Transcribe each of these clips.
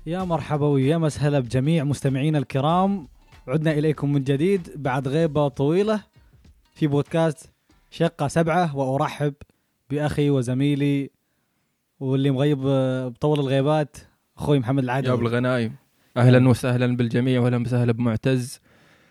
يا مرحبا ويا مسهلا بجميع مستمعينا الكرام. عدنا إليكم من جديد بعد غيبة طويلة في بودكاست شقة 7، وأرحب بأخي وزميلي واللي مغيب بطول الغيبات أخوي محمد العادل. يا أبو الغنايم، أهلا وسهلا بالجميع وأهلا وسهلا بمعتز.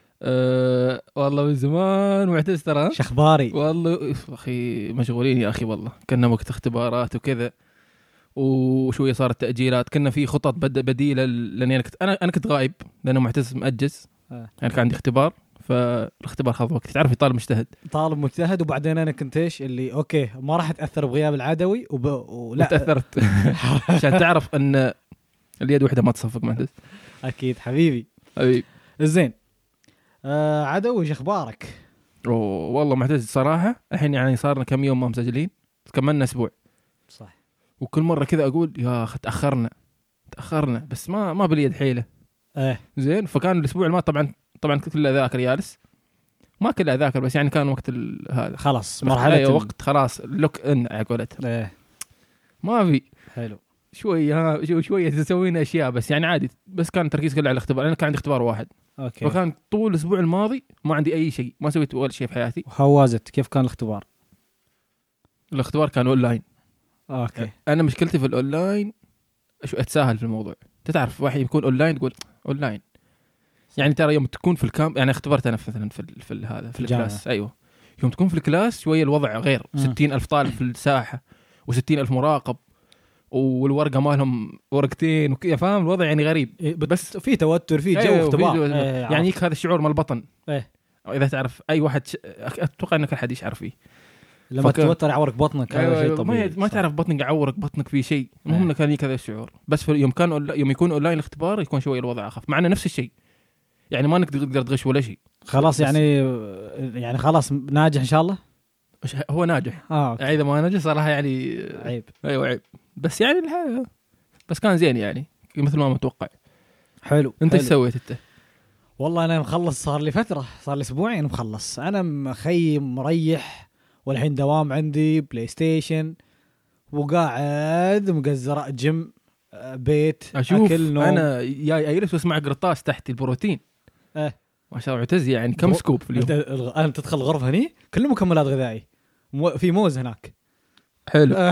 والله من زمان معتز ترى. شخباري والله أخي مشغولين يا أخي، والله كنا وقت اختبارات وكذا وشوية صارت تأجيلات، كنا في خطط بديلة لأني أنا كنت غايب لأنه معتز مأجز. يعني كان عندي اختبار، فالاختبار خذ وقت، تعرف طالب مجتهد. وبعدين أنا كنت إيش اللي أوكي ما راح أتأثر بغياب العدوي ولا تأثرت عشان تعرف أن اليد وحدة ما تصفق معتز. أكيد حبيبي. زين عدوي شو أخبارك؟ والله معتز صراحة الحين يعني صارنا كم يوم ما مسجلين، كملنا أسبوع صح، وكل مرة كذا أقول يا أخي تأخرنا بس ما باليد حيلة. زين، فكان الأسبوع الماضي طبعا كله ذاكر يالس، ما كله ذاكر بس يعني كان وقت هذا خلاص مرحلة وقت خلاص لوك إن عقولتها. ما في حلو شوية تسوين أشياء بس يعني عادي، بس كان التركيز كله على الاختبار. أنا كان عندي اختبار واحد أوكي. وكان طول الأسبوع الماضي ما عندي أي شيء، ما سويت ولا شيء في حياتي. وحوازت كيف كان الاختبار؟ الاختبار كان أونلاين. أوكي. أنا مشكلتي في الأونلاين أتساهل في الموضوع. تعرف واحد يكون أونلاين تقول أونلاين، يعني ترى يوم تكون في الكامب، يعني اختبرت أنا مثلا في هذا في الكلاس. أيوة، يوم تكون في الكلاس شوية الوضع غير. 60,000 طالب في الساحة و60,000 مراقب والورقة مالهم ورقتين وكذا، فاهم الوضع يعني غريب. بس في توتر، في جو اختبار. يعني هذا الشعور مال البطن. إذا تعرف أي واحد أتوقع أنك الحد يعرف فيه لما تتوتر يعورك بطنك. هذا شيء طبيعي. ما تعرف بطنك يعورك بطنك في شيء. المهم كان لي كذا الشعور. بس في يوم يكون أونلاين الاختبار يكون شوية الوضع أخف، معنا نفس الشيء يعني ما نقدر تغش ولا شيء. خلاص يعني خلاص ناجح إن شاء الله. هو ناجح. إذا ما ناجح صراحة يعني عيب. أيوة عيب، بس يعني بس كان زين يعني مثل ما متوقع. حلو. أنت إيش سويت أنت؟ والله أنا مخلص، صار لي فترة، صار لي أسبوعين مخلص. أنا مخيم مريح، والحين دوام عندي بلاي ستيشن وقاعد مقزرة جيم بيت أكل نوم. أنا أجلس واسمع قرطاس تحت البروتين. ما شاء الله معتز، يعني كم سكوب في اليوم؟ أنا تدخل غرفة هني كله مكملات غذائي، في موز هناك. حلو.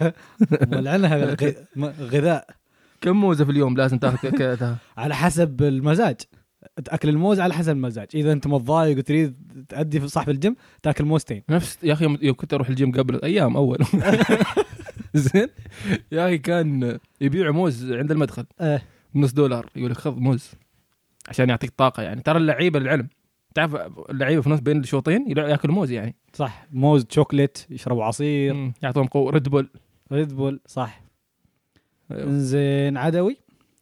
ولعنها غذاء. كم موزة في اليوم لازم تاخذ؟ على حسب المزاج، تأكل الموز على حسب المزاج. إذا أنت متضايق وتريد تأدي في صاحب الجيم تأكل موزتين. نفس يا أخي يوم كنت أروح الجيم قبل أيام أول زين يا أخي كان يبيع موز عند المدخل $5، يقول لك خذ موز عشان يعطيك طاقة. يعني ترى اللعيبة العلم، تعرف اللعيبة في نص بين الشوطين يأكل موز، يعني صح، موز شوكليت، يشربوا عصير، يعطون قوة. ريد بول صح. زين عدوي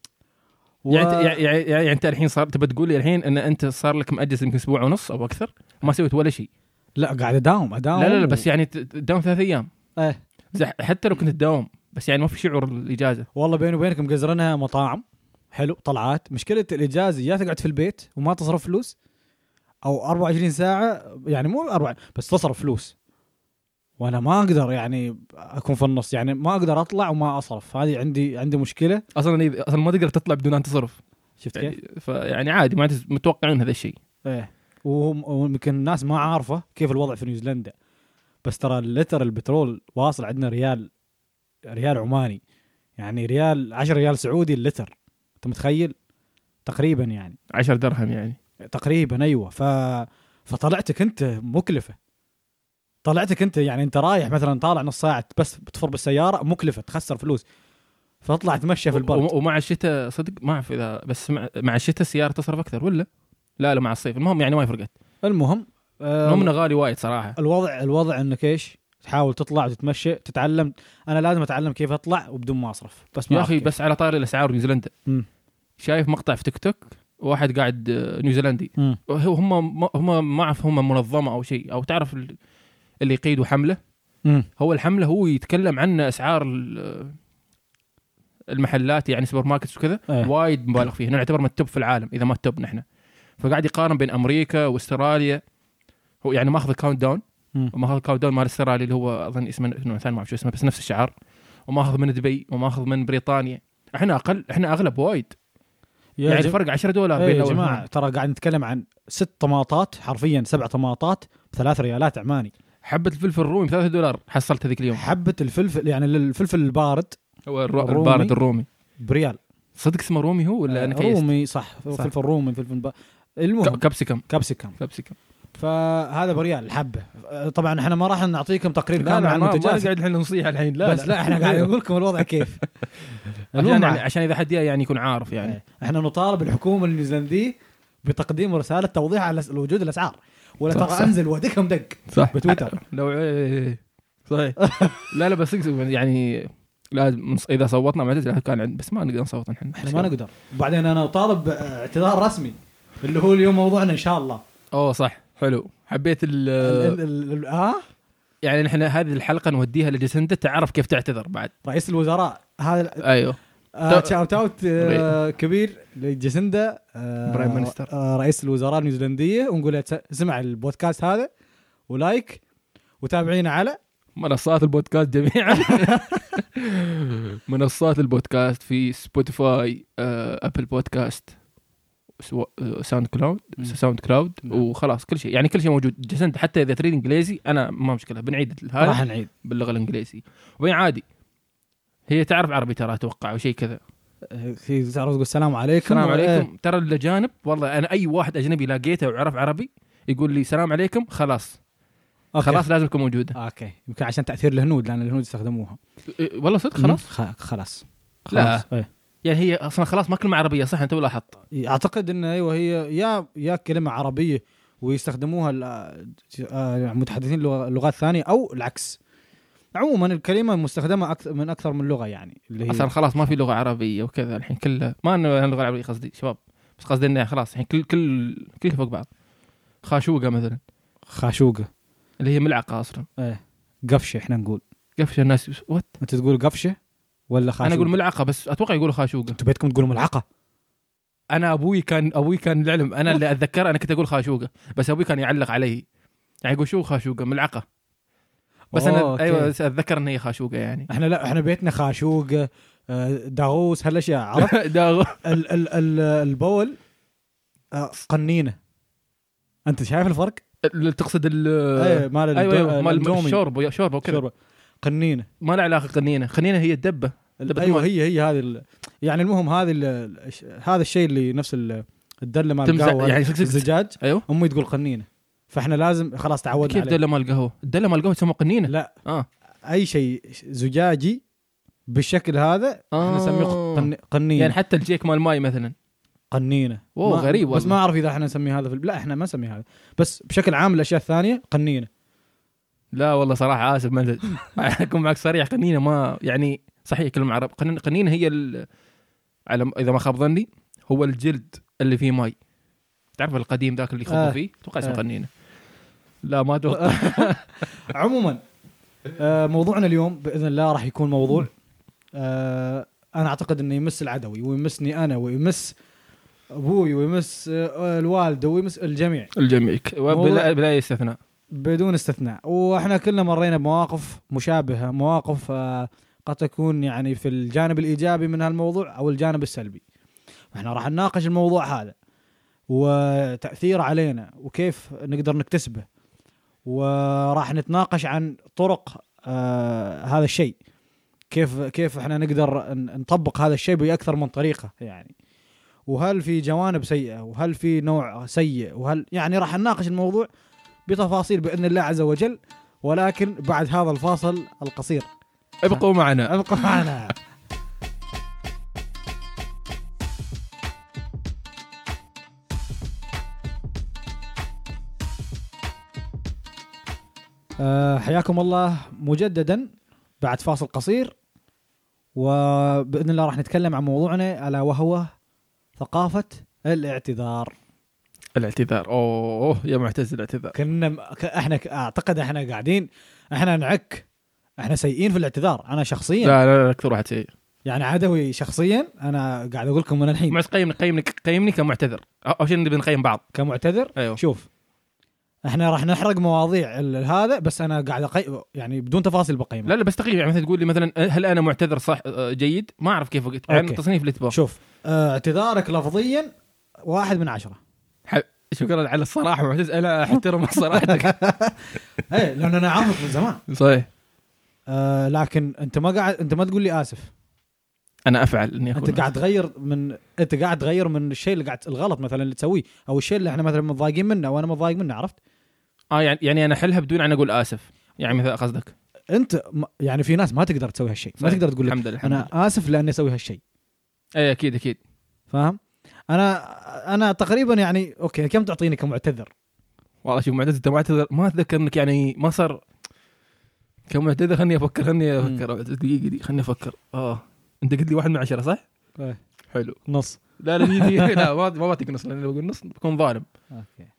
يعني أنت الحين صار تبى تقول لي الحين أن أنت صار لك مأجز يمكن أسبوع ونص أو أكثر ما سويت ولا شيء؟ لا قاعد أداوم. لا بس يعني تداوم 3 أيام. حتى لو كنت تداوم بس يعني ما في شعور الإجازة. والله بيني وبينك مقزرنها مطاعم حلو، طلعات. مشكلة الإجازة يا تقعد في البيت وما تصرف فلوس، أو 24 ساعة يعني مو 4 بس تصرف فلوس، وأنا ما أقدر يعني أكون في النص، يعني ما أقدر أطلع وما أصرف. هذه عندي مشكلة أصلا ما تقدر تطلع بدون أن تصرف. شفت يعني كيف؟ فيعني عادي ما متوقعين هذا الشيء. ويمكن الناس ما عارفة كيف الوضع في نيوزيلندا، بس ترى اللتر البترول واصل عندنا ريال عماني، يعني 10 ريال سعودي اللتر. أنت متخيل؟ تقريبا يعني 10 درهم يعني تقريبا. أيوة. فطلعتك أنت مكلفة. طلعتك أنت يعني أنت رايح مثلا طالع نص ساعة بس بتفر بالسيارة، مكلفة، تخسر فلوس. فاطلع تمشي في البرد. ومع الشتاء صدق ما أعرف إذا بس مع الشتاء السيارة تصرف أكثر ولا لا مع الصيف. المهم يعني ما يفرقت. المهم غالي وايد صراحة. الوضع إنك إيش تحاول تطلع وتتمشى تتعلم. أنا لازم أتعلم كيف أطلع وبدون ما أصرف. بس يا أخي بس على طاري الأسعار نيوزيلندا، شايف مقطع في تيك توك واحد قاعد نيوزيلندي، هم ما أعرف هم منظمة أو شيء، أو تعرف اللي يقيدوا حملة. هو الحملة هو يتكلم عن أسعار المحلات، يعني سوبر ماركتس وكذا. وايد مبالغ فيه، نعتبر من التوب في العالم إذا ما التوب نحن. فقاعد يقارن بين أمريكا واستراليا. هو يعني ماخذ كاونت داون، وماخذ كاونت داون مال استراليا اللي هو أظن اسمه ثاني ما أعرف شو اسمه بس نفس الشعار، وماخذ من دبي وماخذ من بريطانيا. احنا اقل، احنا اغلب وايد يعني فرق $10 بين يا جماعه. ترى قاعد نتكلم عن 6 طماطات، حرفيا 7 طماطات ب3 ريالات عماني. حبه الفلفل الرومي $3 حصلت هذيك اليوم. حبه الفلفل يعني الفلفل البارد هو البارد الرومي بريال. صدق اسمه رومي هو ولا انا كيست؟ رومي صح. فلفل رومي فلفل المهم كابسيكم. فهذا بريال الحبه. طبعا احنا ما راح نعطيكم تقرير كامل عن المنتجات، المنتجات، قاعد احنا نصيح الحين لا بس لا احنا قاعد نقول لكم الوضع كيف. عشان اذا حد يعني يكون عارف يعني. احنا نطالب الحكومه النيوزيلنديه بتقديم رساله توضيح على وجود الاسعار، ولا ترى انزل وديكم دق صح بتويتر لو صحيح. لا بس يعني لازم اذا صوتنا مع تزل كان بس ما نقدر نصوت احنا ما نقدر. وبعدين انا طالب اعتذار رسمي اللي هو اليوم موضوعنا ان شاء الله. صح حلو. حبيت يعني نحن هذه الحلقه نوديها لجسنده تعرف كيف تعتذر بعد رئيس الوزراء هذا. ايوه شاوت اوت كبير لجسنده برايم مينستر رئيس الوزراء النيوزيلنديه، ونقول له سمع البودكاست هذا ولايك وتابعينا على منصات البودكاست جميعا. منصات البودكاست في سبوتيفاي، ابل بودكاست، ساوند كلاود وخلاص كل شيء يعني كل شيء موجود. جسنت حتى اذا تريد انجليزي انا ما مشكله بنعيد هذا راح نعيد باللغه الانجليزيه وين عادي. هي تعرف عربي ترى اتوقع او شيء كذا. في تعرف تقول السلام عليكم. السلام عليكم. ترى الاجانب والله انا اي واحد اجنبي لاقيته وعرف عربي يقول لي السلام عليكم خلاص خلاص لازم تكون موجوده. اوكي يمكن عشان تاثير الهنود لان الهنود يستخدموها. والله صدق خلاص لا يعني هي اصلا خلاص ما كلمه عربيه صح انت ولا حط. اعتقد ان ايوه هي يا كلمه عربيه ويستخدموها متحدثين اللغات الثانيه او العكس. عموما الكلمه مستخدمه من اكثر من لغه يعني اللي هي اصلا خلاص ما في لغه عربيه وكذا الحين كلها ما انه اللغه العربيه قصدي شباب بس قصدي انه خلاص الحين كل فوق بعض. خاشوقه مثلا خاشوقه اللي هي ملعقه اصلا. قفشه احنا نقول قفشه. الناس انت تقول قفشه ولا خاشوقه؟ انا اقول ملعقه بس اتوقع يقولوا خاشوقه. انتوا بيتكم تقولوا ملعقه. انا ابوي كان العلم انا اللي اتذكر انا كنت اقول خاشوقه بس ابوي كان يعلق علي يعني يقول شو خاشوقه ملعقه بس انا ايوه اتذكر ان هي خاشوقه يعني. احنا بيتنا خاشوقه داغوس هالاشياء عرفت. البول قنينه. انت شايف الفرق؟ تقصد مال الشوربه وكذا. قنينه ما له علاقه. قنينه هي الدبه. ايوه هي هذه يعني المهم هذا الشيء اللي نفس الدله مال القهوه يعني الزجاج. ايوه امي تقول قنينه فاحنا لازم خلاص تعودنا عليه. كيف دله مال القهوه؟ الدله مال القهوه تسمى قنينه. لا اي شيء زجاجي بالشكل هذا نسميه قنينه. يعني حتى الجيك مال الماء مثلا قنينه. غريب بس ما اعرف اذا احنا نسميه هذا لا احنا ما نسميه هذا بس بشكل عام الاشياء الثانيه قنينه. لا والله صراحه اسف ما اكون معك صريح. قنينه ما يعني صحيح كلمه عرب. قنينه هي على اذا ما خاب ظني هو الجلد اللي فيه ماء. تعرف القديم ذاك اللي يخبوا فيه اتوقع اسمه قنينه. لا ما اتوقع. عموما موضوعنا اليوم باذن الله راح يكون موضوع انا اعتقد انه يمس العدوي ويمسني انا ويمس ابوي ويمس الوالده ويمس الجميع بلا استثناء بدون استثناء. واحنا كلنا مرينا بمواقف مشابهه مواقف قد تكون يعني في الجانب الايجابي من هالموضوع او الجانب السلبي. احنا راح نناقش الموضوع هذا وتأثير علينا وكيف نقدر نكتسبه وراح نتناقش عن طرق هذا الشيء كيف احنا نقدر نطبق هذا الشيء بأكثر من طريقة يعني. وهل في جوانب سيئة وهل في نوع سيء وهل يعني راح نناقش الموضوع بتفاصيل بإذن الله عز وجل ولكن بعد هذا الفاصل القصير. ابقوا معنا. حياكم الله مجددا بعد فاصل قصير وبإذن الله راح نتكلم عن موضوعنا ألا وهو ثقافة الاعتذار. يا معتز الاعتذار. احنا اعتقد احنا قاعدين احنا سيئين في الاعتذار. انا شخصيا لا اكثر واحد سيء يعني عدوي شخصيا. انا قاعد اقول لكم من الحين قيمني كمعتذر او شيء نبي نقيم بعض كمعتذر. أيوه. شوف احنا راح نحرق مواضيع هذا، بس انا قاعد يعني بدون تفاصيل بقيمه. لا بس تقريبا يعني مثلا تقول لي مثلا هل انا معتذر صح جيد، ما اعرف كيف يعني تصنيف الاعتبار. شوف اعتذارك لفظيا 1 من 10. شكرا على الصراحه معتز، انا احترم صراحتك. ايه لان انا عارف من زمان. صحيح. لكن انت ما تقول لي اسف. انا افعل اني انت قاعد تغير من الشيء اللي قاعد الغلط مثلا اللي تسويه، او الشيء اللي احنا مثلا متضايقين منه وانا متضايق منه، عرفت؟ يعني انا احلها بدون ان اقول اسف، يعني مثلا قصدك انت يعني في ناس ما تقدر تسوي هالشيء، ما تقدر تقول لك انا اسف لاني اسوي هالشيء. اي اكيد فاهم. انا تقريبا يعني اوكي، كم تعطيني كمعتذر؟ والله شوف معتذر، انت معتذر ما اتذكر انك يعني ما صار كمعتذر. خلني افكر دقيقه خلني افكر. انت قلت لي 1 من 10 صح؟ حلو. نص. لا لا ما بعطيك نص، لان لو بقول نص بكون ظالم. اوكي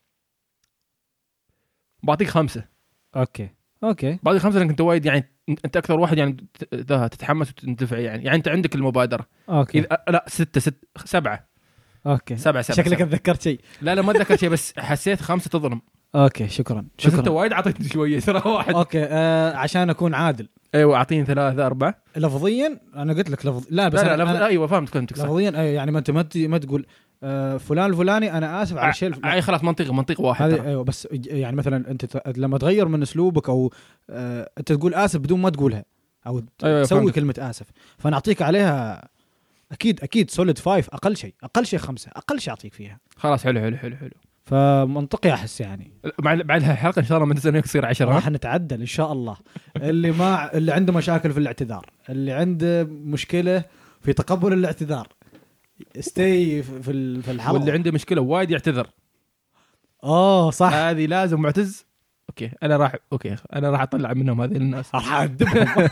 بعطيك 5. اوكي بعطيك 5 لانك انت وايد يعني انت اكثر واحد يعني تتحمس وتندفع يعني انت عندك المبادره. اوكي لا 7. اوكي 7 شكلك اتذكرت شيء. لا ما اتذكر شيء، بس حسيت 5 تظلم. اوكي شكرا. بس انت وايد عطيتني شويه ترى 1. اوكي عشان اكون عادل. ايوه اعطيني 3 4 لفظيا. انا قلت لك لا بس لا ايوه فهمت كنت لفظيا. يعني ما تقول فلان الفلاني انا اسف على الشيء اي خلاص منطق واحد. ايوه بس يعني مثلا انت لما تغير من اسلوبك او انت تقول اسف بدون ما تقولها او تسوي كلمه اسف، فنعطيك عليها اكيد سوليد 5 اقل شيء 5 اقل شيء اعطيك فيها. خلاص حلو فمنطقي احس يعني. بعد الحلقه ان شاء الله من سنه يصير 10 راح نتعدل ان شاء الله. اللي عنده مشاكل في الاعتذار، اللي عنده مشكله في تقبل الاعتذار استي في الحلقه، واللي عنده مشكله وايد يعتذر. صح، هذه لازم معتز. انا راح اطلع منهم هذه الناس، راح ادبهم.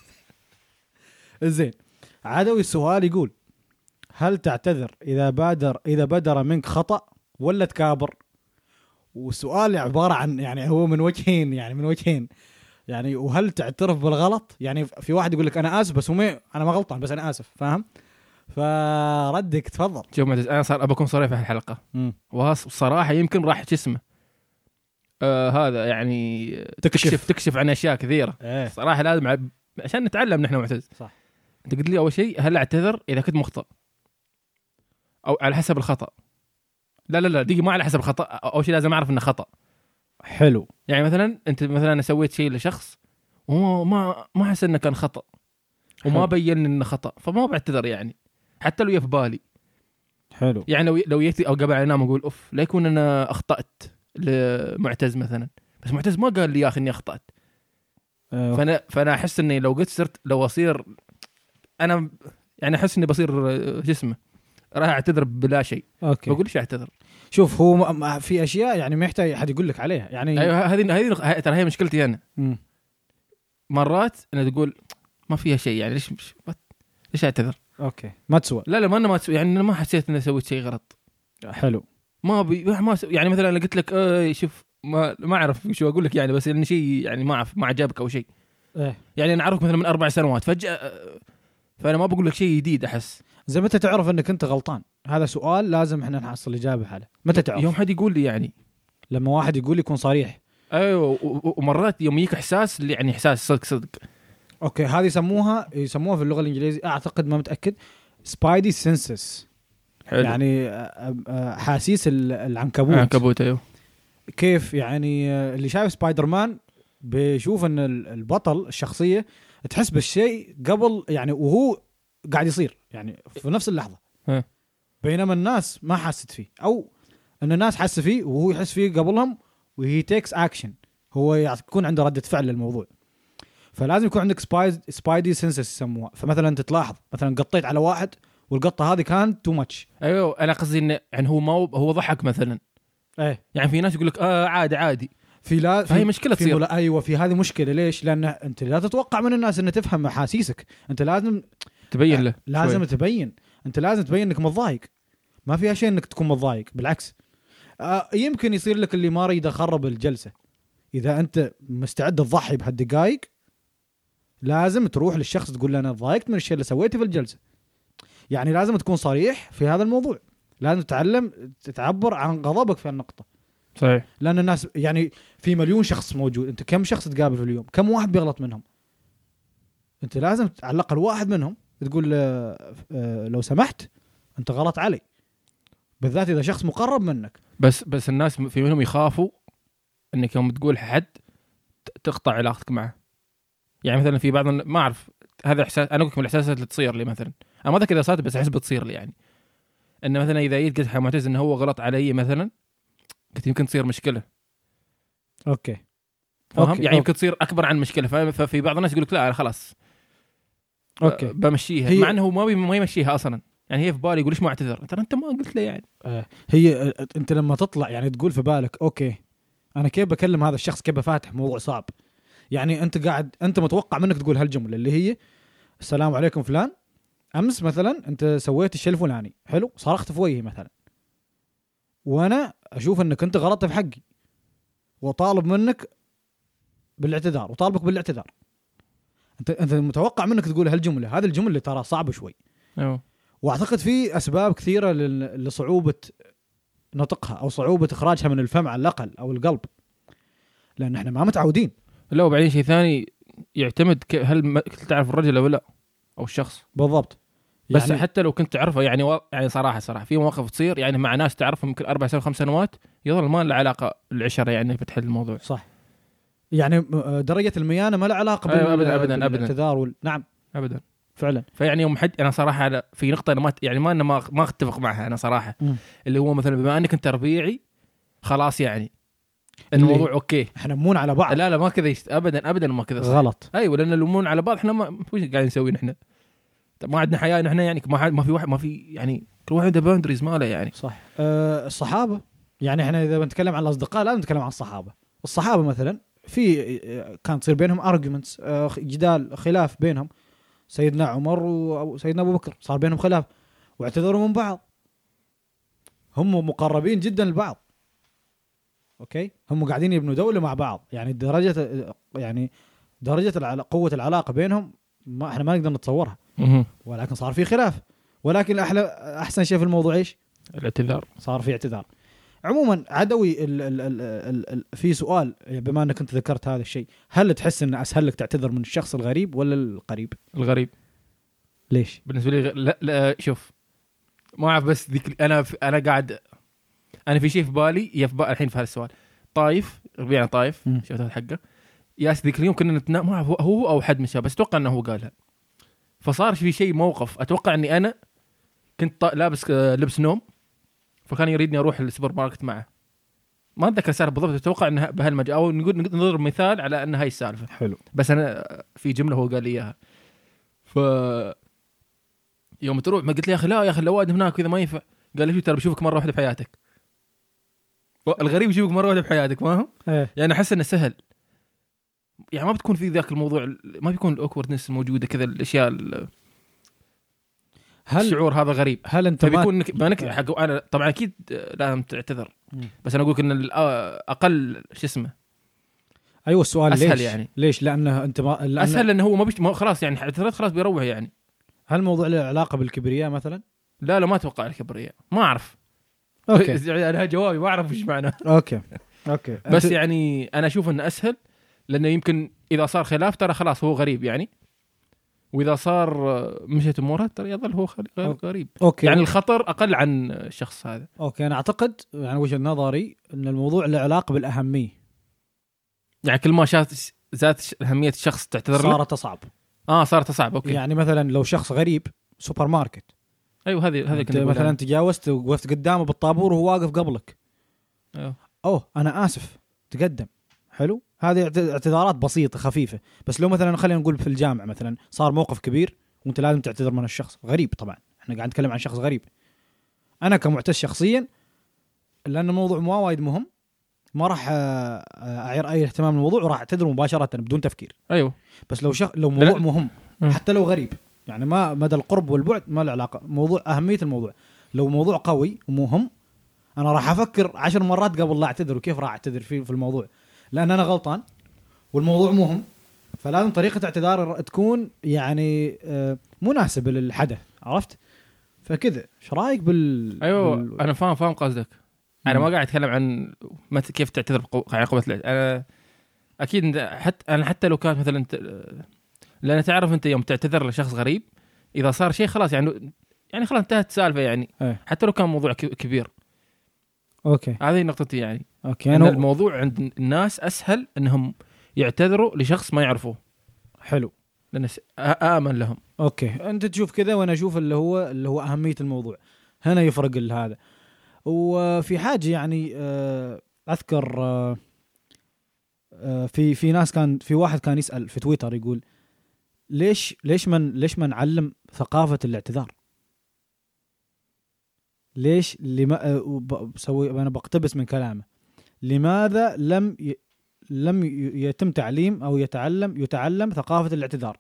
زين. عدوي السؤال يقول هل تعتذر اذا بدر منك خطأ ولا تكابر؟ والسؤال عبارة عن يعني هو من وجهين يعني وهل تعترف بالغلط؟ يعني في واحد يقول لك انا اسف بس انا ما غلطان بس انا اسف، فاهم؟ فردك تفضل. شوف معتز، انا ابى اكون صريح في الحلقة، وصراحة يمكن راح جسمه هذا يعني تكشف عن اشياء كثيرة. صراحة لازم عشان نتعلم نحن معتز. صح. انت قلت لي اول شيء هل اعتذر اذا كنت مخطئ او على حسب الخطأ؟ لا دقيقة، ما على حسب الخطأ. اول شيء لازم اعرف انه خطأ. حلو. يعني مثلا انت مثلا سويت شيء لشخص وما حس انه كان خطأ وما بين انه خطأ، فما بعتذر يعني حتى لو في بالي. حلو. يعني لو يأتي او قبل انام اقول اوف لا يكون انا اخطأت لمعتز مثلا، بس معتز ما قال لي يا اخي اني اخطأت. فانا احس اني لو اصير انا يعني احس اني بصير جسمه راح اعتذر بلا شيء. بقول ليش اعتذر؟ شوف هو في اشياء يعني ما يحتاج احد يقول لك عليها يعني. ايوه هذه ترى هي مشكلتي انا. مرات انا تقول ما فيها شيء يعني ليش اعتذر؟ اوكي ما تسوى. لا ما تسوى يعني انا ما حسيت اني سويت شيء غلط. حلو. ما يعني مثلا انا قلت لك شوف ما اعرف شو اقول لك يعني، بس ان شيء يعني ما عجبك او شيء. يعني انا اعرفك مثلا من 4 سنوات فجأة، فانا ما بقول لك شيء جديد. احس زي متى تعرف انك انت غلطان؟ هذا سؤال لازم احنا نحصل اجابه عليه. متى تعرف؟ يوم حد يقول لي يعني، لما واحد يقول يكون صريح. ايوه ومرات يوم يجيك احساس اللي يعني احساس صدق. اوكي هذه يسموها في اللغه الانجليزيه اعتقد ما متاكد سبايدي سينسس. يعني حاسيس العنكبوت. ايوه. كيف يعني اللي شايف سبايدر مان بيشوف ان البطل الشخصيه تحس بالشيء قبل يعني وهو قاعد يصير يعني في نفس اللحظه. بينما الناس ما حست فيه، او ان الناس حس فيه وهو يحس فيه قبلهم، وهي تيكس اكشن، هو يكون عنده ردة فعل للموضوع. فلازم يكون عندك سبايدي سينسس يسموها. فمثلا انت تلاحظ مثلا قطيت على واحد والقطه هذه كانت تو ماتش. ايوه انا قصدي انه يعني هو ضحك مثلا. يعني في ناس يقول لك عادي فهي مشكله تصير. ايوه في هذه مشكله. ليش؟ لان انت لا تتوقع من الناس ان تفهم احاسيسك، انت لازم تبين له. لازم تبين، انت لازم تبين انك متضايق. ما فيها شيء انك تكون متضايق، بالعكس. يمكن يصير لك اللي ما يريد يخرب الجلسه. اذا انت مستعد تضحي بهالدقائق لازم تروح للشخص تقول له انا ضايقت من الشيء اللي سويته في الجلسه. يعني لازم تكون صريح في هذا الموضوع، لازم تتعلم تعبر عن غضبك في النقطه. صحيح. لان الناس يعني في مليون شخص موجود، انت كم شخص تقابل في اليوم؟ كم واحد بيغلط منهم؟ انت لازم على الاقل واحد منهم تقول لو سمحت انت غلط علي، بالذات اذا شخص مقرب منك. بس الناس في منهم يخافوا انك يوم تقول حد تقطع علاقتك معه. يعني مثلا في بعض ما اعرف، هذا احساس انا اقول لك من الاحساسات اللي تصير لي مثلا، انا ما ذاك اذا صارت بس احس بتصير لي، يعني ان مثلا اذا جيت قلت حق معتز انه هو غلط علي مثلا، قلت يمكن تصير مشكله. اوكي فاهم؟ أوكي. يعني يمكن تصير اكبر عن مشكله. ففي بعض الناس يقول لك لا انا خلاص اوكي بمشيها، مع انه هو ما يمشيها اصلا. يعني هي في بالي يقول ليش ما اعتذر، ترى انت ما قلت لي يعني. هي انت لما تطلع يعني تقول في بالك اوكي انا كيف بكلم هذا الشخص، كيف بفاتح موضوع صعب. يعني انت قاعد انت متوقع منك تقول هالجمله اللي هي السلام عليكم فلان، امس مثلا انت سويت الشيء الفلاني، حلو، صرخت في وجهي مثلا، وانا اشوف انك انت غلطت في حقي وطالب منك بالاعتذار وطالبك بالاعتذار. انت متوقع منك تقول هالجمله. هذه الجمله اللي ترى صعبه شوي. أيوه. واعتقد في اسباب كثيره لصعوبه نطقها او صعوبه اخراجها من الفم على الاقل او القلب، لان احنا ما متعودين. لا، وبعدين شيء ثاني يعتمد هل تعرف الرجل او لا او الشخص بالضبط. بس يعني حتى لو كنت تعرفه يعني صراحه في مواقف تصير يعني مع ناس تعرفهم يمكن 4 سنوات 5 سنوات، يظل ما له علاقه العشره يعني بتحل الموضوع. صح. يعني درجه الميانه ما لها علاقه بالاعتذار نعم ابدا فعلا. فيعني يوم حد انا صراحه في نقطه انا ما اتفق معها انا صراحه. اللي هو مثلا بما انك انت ربيعي خلاص يعني الموضوع اوكي احنا مون على بعض. لا ما كذا ابدا ما كذا غلط. ايوه، لان اللمون على بعض احنا ما وش قاعدين نسوي نحن؟ ما عندنا حياه نحن يعني، ما في واحد ما في يعني كل واحد عنده باوندريز ماله يعني. صح. الصحابه يعني احنا اذا بنتكلم عن الاصدقاء لازم نتكلم عن الصحابه مثلا في كان تصير بينهم ارجيومنتس، جدال خلاف بينهم. سيدنا عمر وسيدنا ابو بكر صار بينهم خلاف واعتذروا من بعض. هم مقربين جدا لبعض، اوكي، هم قاعدين يبنوا دولة مع بعض. يعني درجة قوة العلاقة بينهم احنا ما نقدر نتصورها. ولكن صار في خلاف، ولكن احسن شيء في الموضوع ايش؟ الاعتذار. صار في اعتذار. عموما عدوي في سؤال، بما انك انت ذكرت هذا الشيء، هل تحس ان اسهل لك تعتذر من الشخص الغريب ولا القريب؟ الغريب. ليش؟ بالنسبه لي لا شوف ما اعرف، بس ذيك انا قاعد انا في شيء في بالي الحين في هذا السؤال. طايف ربيعنا طايف شفت هذا حقه ياس ذيك اليوم كنا نتنام، ما اعرف هو او حد من الشباب، بس اتوقع انه هو قالها. فصار في شيء موقف، اتوقع اني انا كنت لابس لبس نوم، فكان يريدني اروح السوبر ماركت معه. ما اتذكر السالفه بالضبط، اتوقع انها بهالمجال، او نقول نضرب مثال على ان هاي السالفه. حلو. بس انا في جمله هو قال لي اياها، ف يوم تروح ما قلت لي يا اخي لا يا اخي الواد هناك كذا ما ينفع. قال لي شو ترى بشوفك مره واحده في حياتك. الغريب يشوفك مره واحده في حياتك، فاهم؟ يعني احس انه سهل، يعني ما بتكون في ذاك الموضوع، ما بيكون الاوكوردنس موجوده كذا، الاشياء الشعور هذا غريب. هل انت بيكون حق انا طبعا اكيد لازم تعتذر، بس انا اقول لك ان اقل شو اسمه. ايوه السؤال أسهل ليش؟ يعني ليش؟ لانه انت اسهل، لانه هو ما خلاص يعني اعتذرت خلاص بيروح يعني. هل الموضوع له علاقه بالكبرياء مثلا؟ لا ما اتوقع الكبرياء، ما اعرف. اوكي انا جوابي ما اعرف ايش معناه. اوكي بس يعني انا اشوف انه اسهل، لانه يمكن اذا صار خلاف ترى خلاص هو غريب يعني، واذا صار مشيت امورها ترى يظل هو غريب. أوكي. يعني الخطر اقل عن الشخص هذا. اوكي انا اعتقد يعني وجهة نظري ان الموضوع له علاقه بالاهميه. يعني كل ما شات ذات اهميه الشخص تعتذر صارت اصعب. صارت اصعب. اوكي. يعني مثلا لو شخص غريب سوبر ماركت، ايوه هذه كنت مثلا تجاوزت وقفت قدامه بالطابور وهو واقف قبلك، انا اسف تقدم، حلو، هذه اعتذارات بسيطه خفيفه. بس لو مثلا خلينا نقول في الجامعه مثلا صار موقف كبير وانت لازم تعتذر من الشخص غريب، طبعا احنا قاعد نتكلم عن شخص غريب. انا كمعتز شخصيا لان الموضوع مو وايد مهم، ما راح اعير اي اهتمام للموضوع وراح اعتذر مباشره بدون تفكير. ايوه. بس لو موضوع مهم حتى لو غريب، يعني ما مدى القرب والبعد ما له علاقه، موضوع اهميه الموضوع. لو موضوع قوي ومهم انا راح افكر 10 مرات قبل لا اعتذر، وكيف راح اعتذر في الموضوع، لان انا غلطان والموضوع مهم. فلازم طريقه اعتذار تكون يعني مناسبه للحدث، عرفت؟ فكذا ايش رايك ايوه انا فاهم قصدك. انا ما قاعد اتكلم عن كيف تعتذر بعقوبه انا اكيد حتى لو كانت مثلا لان تعرف انت يوم تعتذر لشخص غريب اذا صار شيء خلاص يعني خلاص انتهت السالفه يعني حتى لو كان موضوع كبير. اوكي هذه نقطتي يعني. اوكي أن الموضوع عند الناس اسهل انهم يعتذروا لشخص ما يعرفوه. حلو لان امن لهم. اوكي انت تشوف كذا وانا اشوف اللي هو اهميه الموضوع هنا يفرق هذا. وفي حاجه يعني اذكر في ناس كان في واحد كان يسأل في تويتر يقول ليش ما نعلم ثقافة الاعتذار؟ ليش أنا بقتبس من كلامه، لماذا لم يتم تعليم أو يتعلم ثقافة الاعتذار؟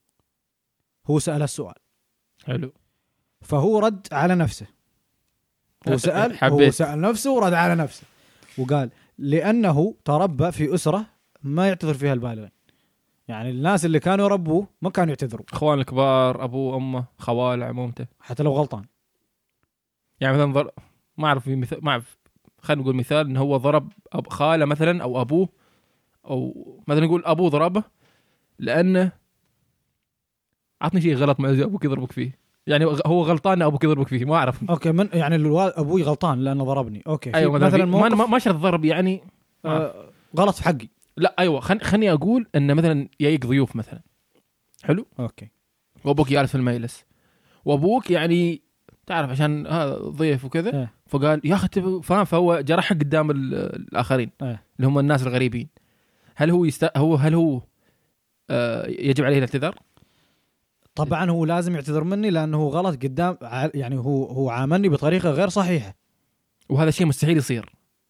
هو سأل السؤال. حلو. فهو رد على نفسه. هو سأل نفسه ورد على نفسه وقال لأنه تربى في أسرة ما يعتذر فيها البالغين. يعني الناس اللي كانوا يربوه ما كانوا يعتذروا، اخوان الكبار، ابوه امه خوال عمومته، حتى لو غلطان. يعني مثلا ما اعرف خلينا نقول مثال انه هو ضرب خاله مثلا او ابوه، او مثلا نقول ابوه ضربه لانه عطني شيء غلط ما ابوك يضربك فيه، يعني هو غلطان ابوك يضربك فيه، ما اعرف. اوكي يعني ابوي غلطان لانه ضربني. اوكي ايوه مثلا ما شرط ضرب يعني غلط في حقي. لا ايوه خلني اقول ان مثلا يجيك ضيوف مثلا. حلو. اوكي. وابوك جالس في المجلس وابوك يعني تعرف عشان هذا ضيف وكذا فقال يا اخي فاهم، فهو جرح قدام الاخرين اللي هم الناس الغريبين. هل هو يجب عليه الاعتذار؟ طبعا هو لازم يعتذر مني لانه غلط قدام، يعني هو عاملني بطريقه غير صحيحه، وهذا شيء مستحيل يصير.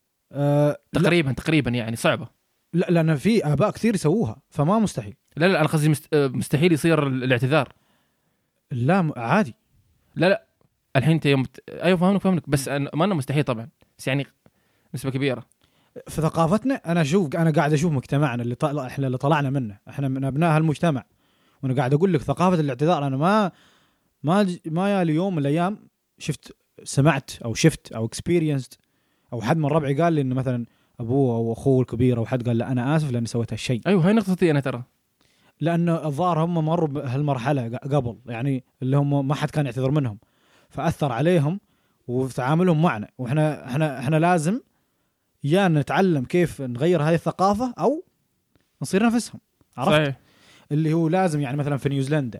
تقريبا يعني صعبه. لا لان في اباء كثير يسووها فما مستحيل. لا انا قصدي مستحيل يصير الاعتذار. لا عادي. لا الحين انت يوم ايوه فهمنك بس ما انه مستحيل طبعا، بس يعني نسبه كبيره في ثقافتنا. انا قاعد اشوف مجتمعنا احنا اللي طلعنا منه، احنا من ابناء هالمجتمع، وانا قاعد اقول لك ثقافه الاعتذار. انا ما يا اليوم من الايام سمعت او experienced او حد من ربعي قال لي انه مثلا ابوه او اخوه الكبير او حد قال لا انا اسف لاني سويت هالشيء. ايوه هاي نقطتي انا ترى، لانه الظاهر هم مروا بهالمرحله قبل، يعني اللي هم ما حد كان يعتذر منهم فاثر عليهم وفي تعاملهم معنا. واحنا لازم يا نتعلم كيف نغير هذه الثقافه او نصير نفسهم. عرفت؟ صحيح. اللي هو لازم يعني مثلا في نيوزيلندا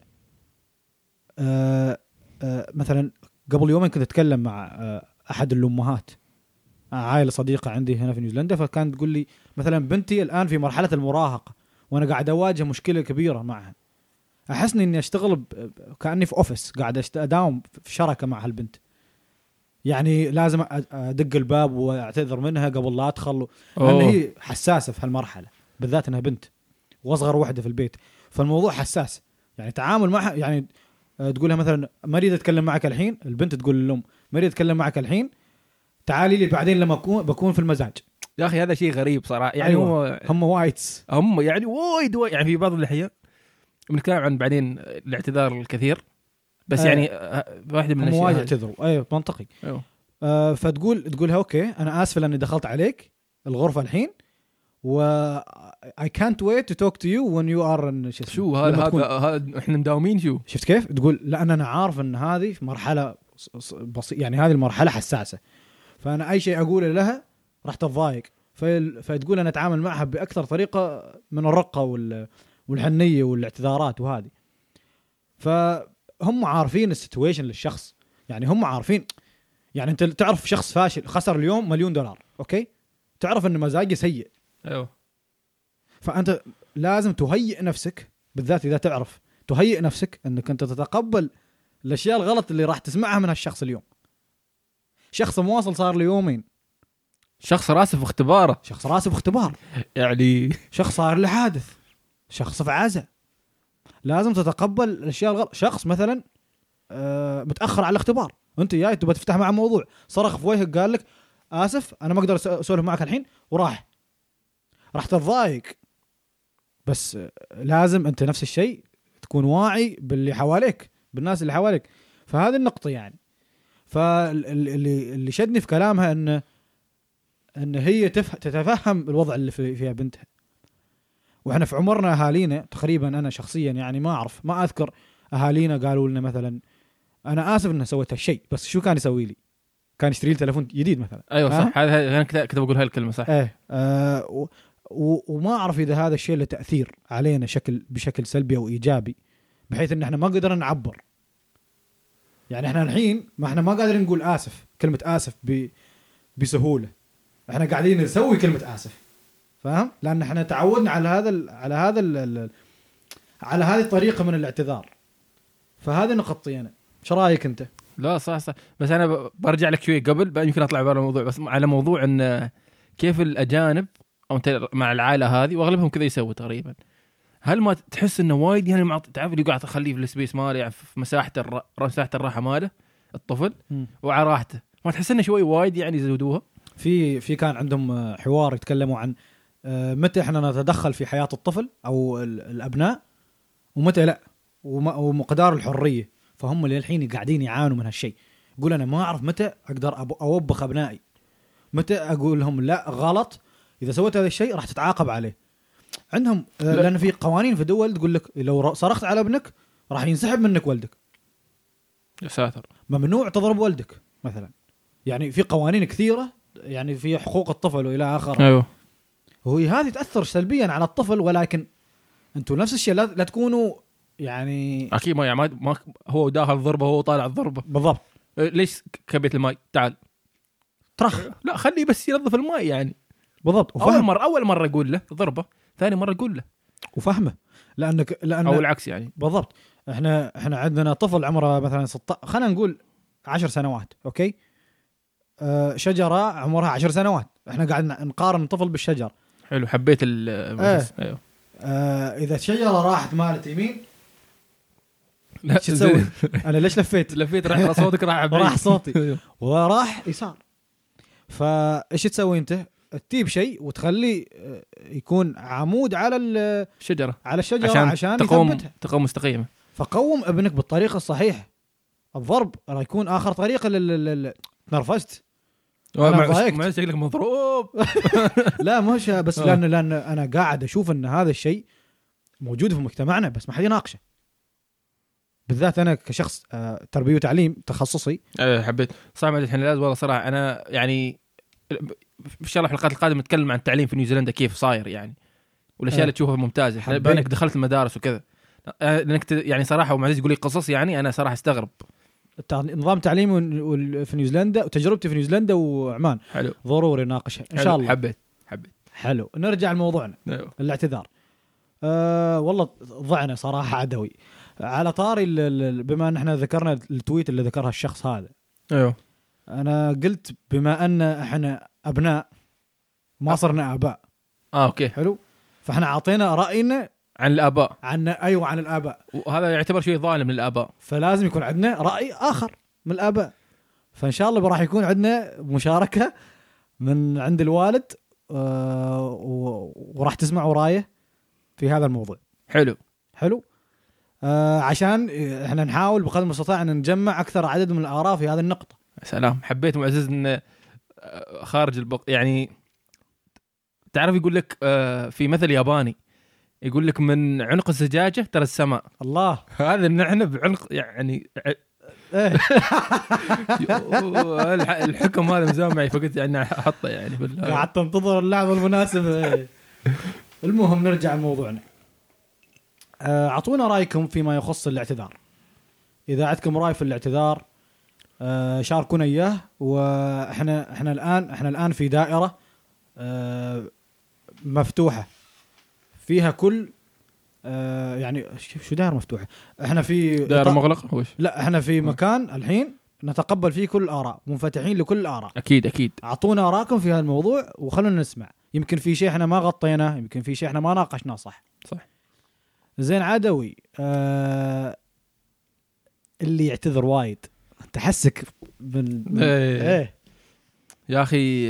مثلا قبل يومين كنت اتكلم مع احد الامهات، عائله صديقه عندي هنا في نيوزيلندا، فكانت تقول لي مثلا بنتي الان في مرحله المراهقه وانا قاعد اواجه مشكله كبيره معها، احسني اني اشتغل كاني في اوفيس قاعد اداوم في شركه مع هالبنت، يعني لازم ادق الباب واعتذر منها قبل لا ادخل، لان هي حساسه في هالمرحله بالذات انها بنت واصغر وحده في البيت، فالموضوع حساس. يعني تعامل معها يعني تقول لها مثلا ما اريد اتكلم معك الحين، البنت تقول للام ما اريد اتكلم معك الحين، تعالي لي بعدين لما بكون في المزاج. يا اخي هذا شيء غريب صراحه، يعني أيوة. هم وايتس، هم يعني وايد يعني في بعض الاحيان بنتكلم عن بعدين الاعتذار الكثير، بس يعني واحدة من الاشياء هم يعتذروا. ايوه منطقي. أيوه. فتقولها اوكي انا اسف لاني دخلت عليك الغرفه الحين و I can't wait to talk to you when you are شو هذا احنا مداومين. شفت كيف تقول لان انا عارف ان هذه في مرحله يعني هذه المرحله حساسه، فانا اي شيء اقوله لها راح تتضايق، فتقول انا اتعامل معها باكثر طريقه من الرقه والحنيه والاعتذارات وهذه. فهم عارفين السيتويشن للشخص، يعني هم عارفين، يعني انت تعرف شخص فاشل خسر اليوم $1,000,000 اوكي، تعرف ان مزاجه سيء. ايوه. فانت لازم تهيئ نفسك، بالذات اذا تعرف تهيئ نفسك انك انت تتقبل الاشياء الغلط اللي راح تسمعها من هالشخص اليوم. شخص مواصل صار له يومين، شخص راسه في اختبار يعني شخص صار له حادث، شخص في عزا، لازم تتقبل الاشياء الغلط. شخص مثلا متاخر على الاختبار، انت جاي تبغى تفتح معه موضوع، صرخ في وجهك قال لك اسف انا ما اقدر اسولف معك الحين وراح تتضايق. بس لازم انت نفس الشيء تكون واعي باللي حواليك، بالناس اللي حواليك. فهذه النقطه يعني. فاللي شدني في كلامها ان ان هي تتفهم الوضع اللي فيها بنتها. واحنا في عمرنا اهالينا تقريبا، انا شخصيا يعني ما اذكر اهالينا قالوا لنا مثلا انا اسف ان سويت هالشيء، بس شو كان يسوي لي؟ كان يشتري لي تليفون جديد مثلا. ايوه صح، هذا انا كنت بقول هالكلمه صح. وما اعرف اذا هذا الشيء له تاثير علينا بشكل سلبي او ايجابي، بحيث ان احنا ما قدرنا نعبر. يعني احنا الحين ما قادرين نقول اسف، كلمه اسف بسهوله. احنا قاعدين نسوي كلمه اسف، فاهم؟ لان احنا تعودنا على هذه الطريقه من الاعتذار. فهذه نقطتي انا. ايش رايك انت؟ لا صح، بس انا برجع لك شوي قبل، يمكن اطلع برا الموضوع، بس على موضوع ان كيف الاجانب او انت مع العائله هذه واغلبهم كذا يسوي تقريبا. هل ما تحس انه وايد يعني تعرف اللي قاعد تخليه في السبيس ماله، يعني في مساحه الراحه ماله الطفل وعلى راحته، ما تحس انه شوي وايد يعني يزودوها؟ في كان عندهم حوار يتكلموا عن متى احنا نتدخل في حياه الطفل او الابناء ومتى لا، ومقدار الحريه. فهم اللي الحين قاعدين يعانوا من هالشيء. يقول انا ما اعرف متى اقدر اوبخ ابنائي، متى اقول لهم لا غلط، اذا سويت هذا الشيء راح تتعاقب عليه. عندهم لان في قوانين في دول تقول لك لو صرخت على ابنك راح ينسحب منك ولدك. يا ساتر. ممنوع تضرب ولدك مثلا. يعني في قوانين كثيره، يعني في حقوق الطفل والى اخره. ايوه. وهي هذه تاثر سلبيا على الطفل، ولكن انتم نفس الشيء لا تكونوا يعني اكيد ما هو داخل الضربه هو طالع الضربه بالضبط. ليش كبيت الماء تعال ترخ، لا خليه بس ينظف الماء يعني. بالضبط. اول مره يقول له ضربه، ثاني مره يقول له وفهمه، لان او العكس يعني. بالضبط. احنا عندنا طفل عمره مثلا 16، خلينا نقول 10 سنوات، اوكي. شجره عمرها 10 سنوات، احنا قاعد نقارن الطفل بالشجر. حلو، حبيت ايوه. اذا الشجره راحت مالت يمين لا شو تسوي؟ انا ليش لفيت راح صوتك راح صوتي وراح يسار. فايش تسوي انت؟ تجيب شيء وتخليه يكون عمود على الشجره عشان تقوم مستقيمه. فقوم ابنك بالطريقه الصحيحه. الضرب راح يكون اخر طريقه نرفزت ما شكلك مضروب. لا مش بس لان انا قاعد اشوف ان هذا الشيء موجود في مجتمعنا بس ما حد يناقشه. بالذات انا كشخص تربيه وتعليم تخصصي. حبيت صح ما الحين لازم والله صراحه. انا يعني ان شاء الله الحلقات القادمه نتكلم عن التعليم في نيوزيلندا كيف صاير يعني، والاشياء اللي تشوفها ممتازه. بانك دخلت المدارس وكذا، لانك يعني صراحه ومعزز يقول لي قصص، يعني انا صراحه استغرب نظام تعليمي في نيوزيلندا وتجربتي في نيوزيلندا وعمان. حلو، ضروري ناقشها ان شاء الله. حبيت. حلو، نرجع لموضوعنا. الاعتذار. والله ضعنا صراحه عدوي على طاري بما ان احنا ذكرنا التويت اللي ذكرها الشخص هذا. ايوه. انا قلت بما ان احنا ابناء ما صرنا اباء. اوكي حلو. فاحنا عطينا راينا عن الاباء. عن الاباء، وهذا يعتبر شيء ظالم للاباء. فلازم يكون عندنا راي اخر من الاباء. فان شاء الله راح يكون عندنا مشاركه من عند الوالد، وراح تسمعوا رايه في هذا الموضوع. حلو. عشان احنا نحاول بقدر المستطاع ان نجمع اكثر عدد من الاراء في هذه النقطه. سلام. حبيت معزز ان خارج يعني تعرف يقول لك في مثل ياباني يقول لك من عنق الزجاجه ترى السماء. الله. هذا نحن بعنق يعني الحكم هذا مزام معي، فقلت يعني احطه يعني بالله. قعدت انتظر اللحظه المناسبه. المهم نرجع لموضوعنا. اعطونا رايكم فيما يخص الاعتذار. اذا عندكم راي في الاعتذار شاركونا اياه. واحنا الان في دائره مفتوحه فيها كل يعني شو دائره مفتوحه؟ احنا في دائره مغلقه. لا احنا في مكان الحين نتقبل فيه كل الاراء، منفتحين لكل الاراء. اكيد. اعطونا اراءكم في هذا الموضوع وخلونا نسمع. يمكن في شيء احنا ما غطيناه، يمكن في شيء احنا ما ناقشناه. صح. زين عدوي. اللي يعتذر وايد تحسك ايه يا اخي.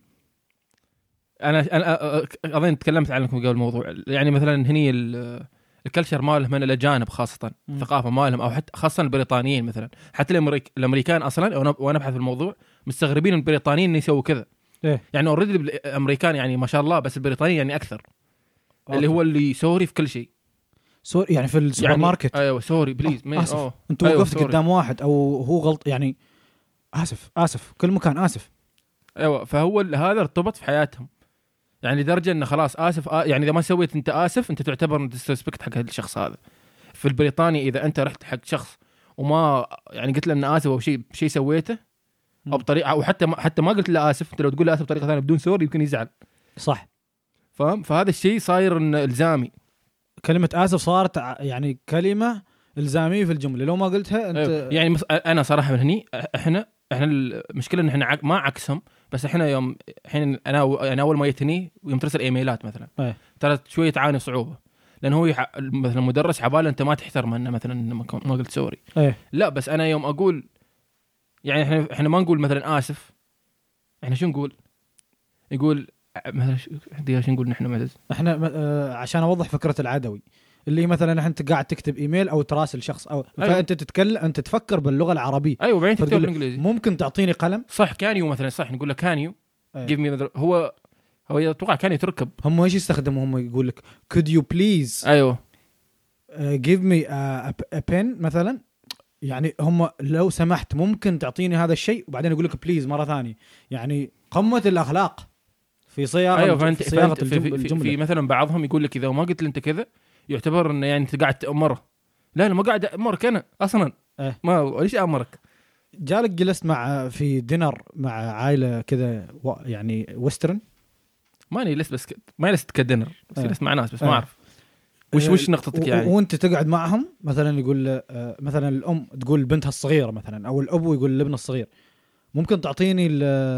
انا اظن تكلمت عنكم قبل الموضوع. يعني مثلا هني الكلتشر مالهم من الاجانب خاصه، الثقافه مالهم، او حتى خاصه البريطانيين مثلا، حتى الامريكان اصلا وانا ابحث في الموضوع مستغربين البريطانيين ان يسووا كذا. إيه؟ يعني اوريدي الامريكان يعني ما شاء الله، بس البريطاني يعني اكثر. اللي هو اللي سوري في كل شيء، سوري يعني في السوبر يعني ماركت. ايوه سوري بليز اسف انت أيوة وقفت قدام واحد او هو غلط يعني اسف كل مكان اسف. ايوه فهو هذا ارتبط في حياتهم، يعني لدرجه انه خلاص اسف يعني اذا ما سويت انت اسف انت تعتبر ديسريسبكت حق الشخص هذا. في البريطاني اذا انت رحت حق شخص وما يعني قلت له انه اسف او شيء سويته او بطريقه، او حتى ما قلت له اسف، انت لو تقول له اسف بطريقه ثانيه بدون سوري يمكن يزعل. صح فاهم؟ فهذا الشيء صاير انه الزامي. كلمه اسف صارت يعني كلمه الزاميه في الجمله، لو ما قلتها انت يعني انا صراحه من هني احنا المشكله ان احنا ما عكسهم، بس احنا يوم الحين انا اول ما يتني ويوم ترسل ايميلات مثلا ترى شويه تعاني صعوبه، لان هو مثلا المدرس عباله انت ما تحترم انه مثلا ما قلت سوري. لا بس انا يوم اقول يعني احنا ما نقول مثلا اسف، احنا شو نقول؟ يقول مثلا شو نقول نحن معتز؟ احنا عشان اوضح فكره العدوي اللي مثلا انت قاعد تكتب ايميل او تراسل شخص او أيوة. فانت تتكلم انت تفكر باللغه العربيه. ايوه بعدين تكتب بالانجليزي. ممكن تعطيني قلم؟ صح كانيو مثلا، صح نقول لك كانيو جيف مي. هو يتوقع كان يتركب. هم ايش يستخدموا؟ هم يقول لك could you please ايوه give me a pen مثلا، يعني هم لو سمحت ممكن تعطيني هذا الشيء، وبعدين يقول لك بليز مره ثانيه. يعني قمه الاخلاق في صياغه. ايوه فانت في مثلا بعضهم يقول لك اذا ما قلت لي انت كذا يعتبر انه يعني انت قاعد تامره. لا انا ما قاعد امرك انا اصلا. ما ليش امرك؟ جالك جلست مع في دينر مع عائله كذا يعني ويسترن؟ ماني لست بس ما لست كدينر بس لست مع ناس بس ما اعرف وش نقطتك يعني. وانت تقعد معهم مثلا يقول مثلا الام تقول بنتها الصغيره مثلا او الاب يقول لابنه الصغير ممكن تعطيني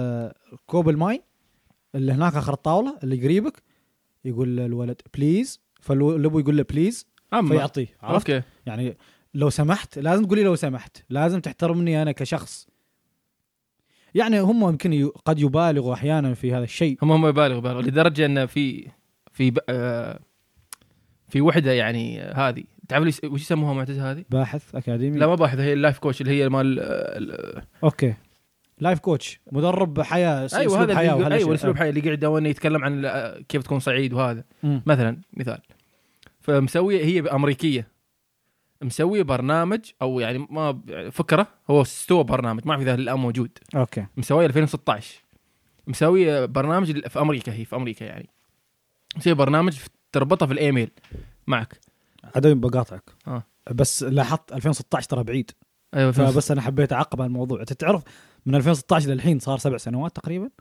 كوب الماي اللي هناك اخر الطاوله اللي قريبك؟ يقول الولد بليز، فالابو يقول له بليز فيعطيه. عرفت؟ أوكي. يعني لو سمحت لازم تقولي لو سمحت، لازم تحترمني انا كشخص. يعني هم يمكن قد يبالغوا احيانا في هذا الشيء. هم يبالغوا لدرجه ان في وحده يعني هذه تعرف وش يسموها معتز؟ هذه باحث اكاديمي؟ لا ما باحث، هي اللايف كوتش اللي هي مال اوكي لايف كوتش مدرب حياه. ايوه هذا حياه. ايوه اسلوب حياه اللي قاعد داونه يتكلم عن كيف تكون سعيد وهذا مثلا مثال. فمسوي هي امريكيه مسوي برنامج او يعني ما فكره، هو استوى برنامج ما اعرف اذا الان موجود. اوكي مسوي 2016 مسوي برنامج في امريكا. هي في امريكا يعني مسوي برنامج تربطه في الايميل معك. عدوي بقاطعك بس لاحظت 2016 ترى بعيد. ايوه فبس انا حبيت اعقب الموضوع. انت تعرف من 2016 للحين صار 7 سنوات تقريبا.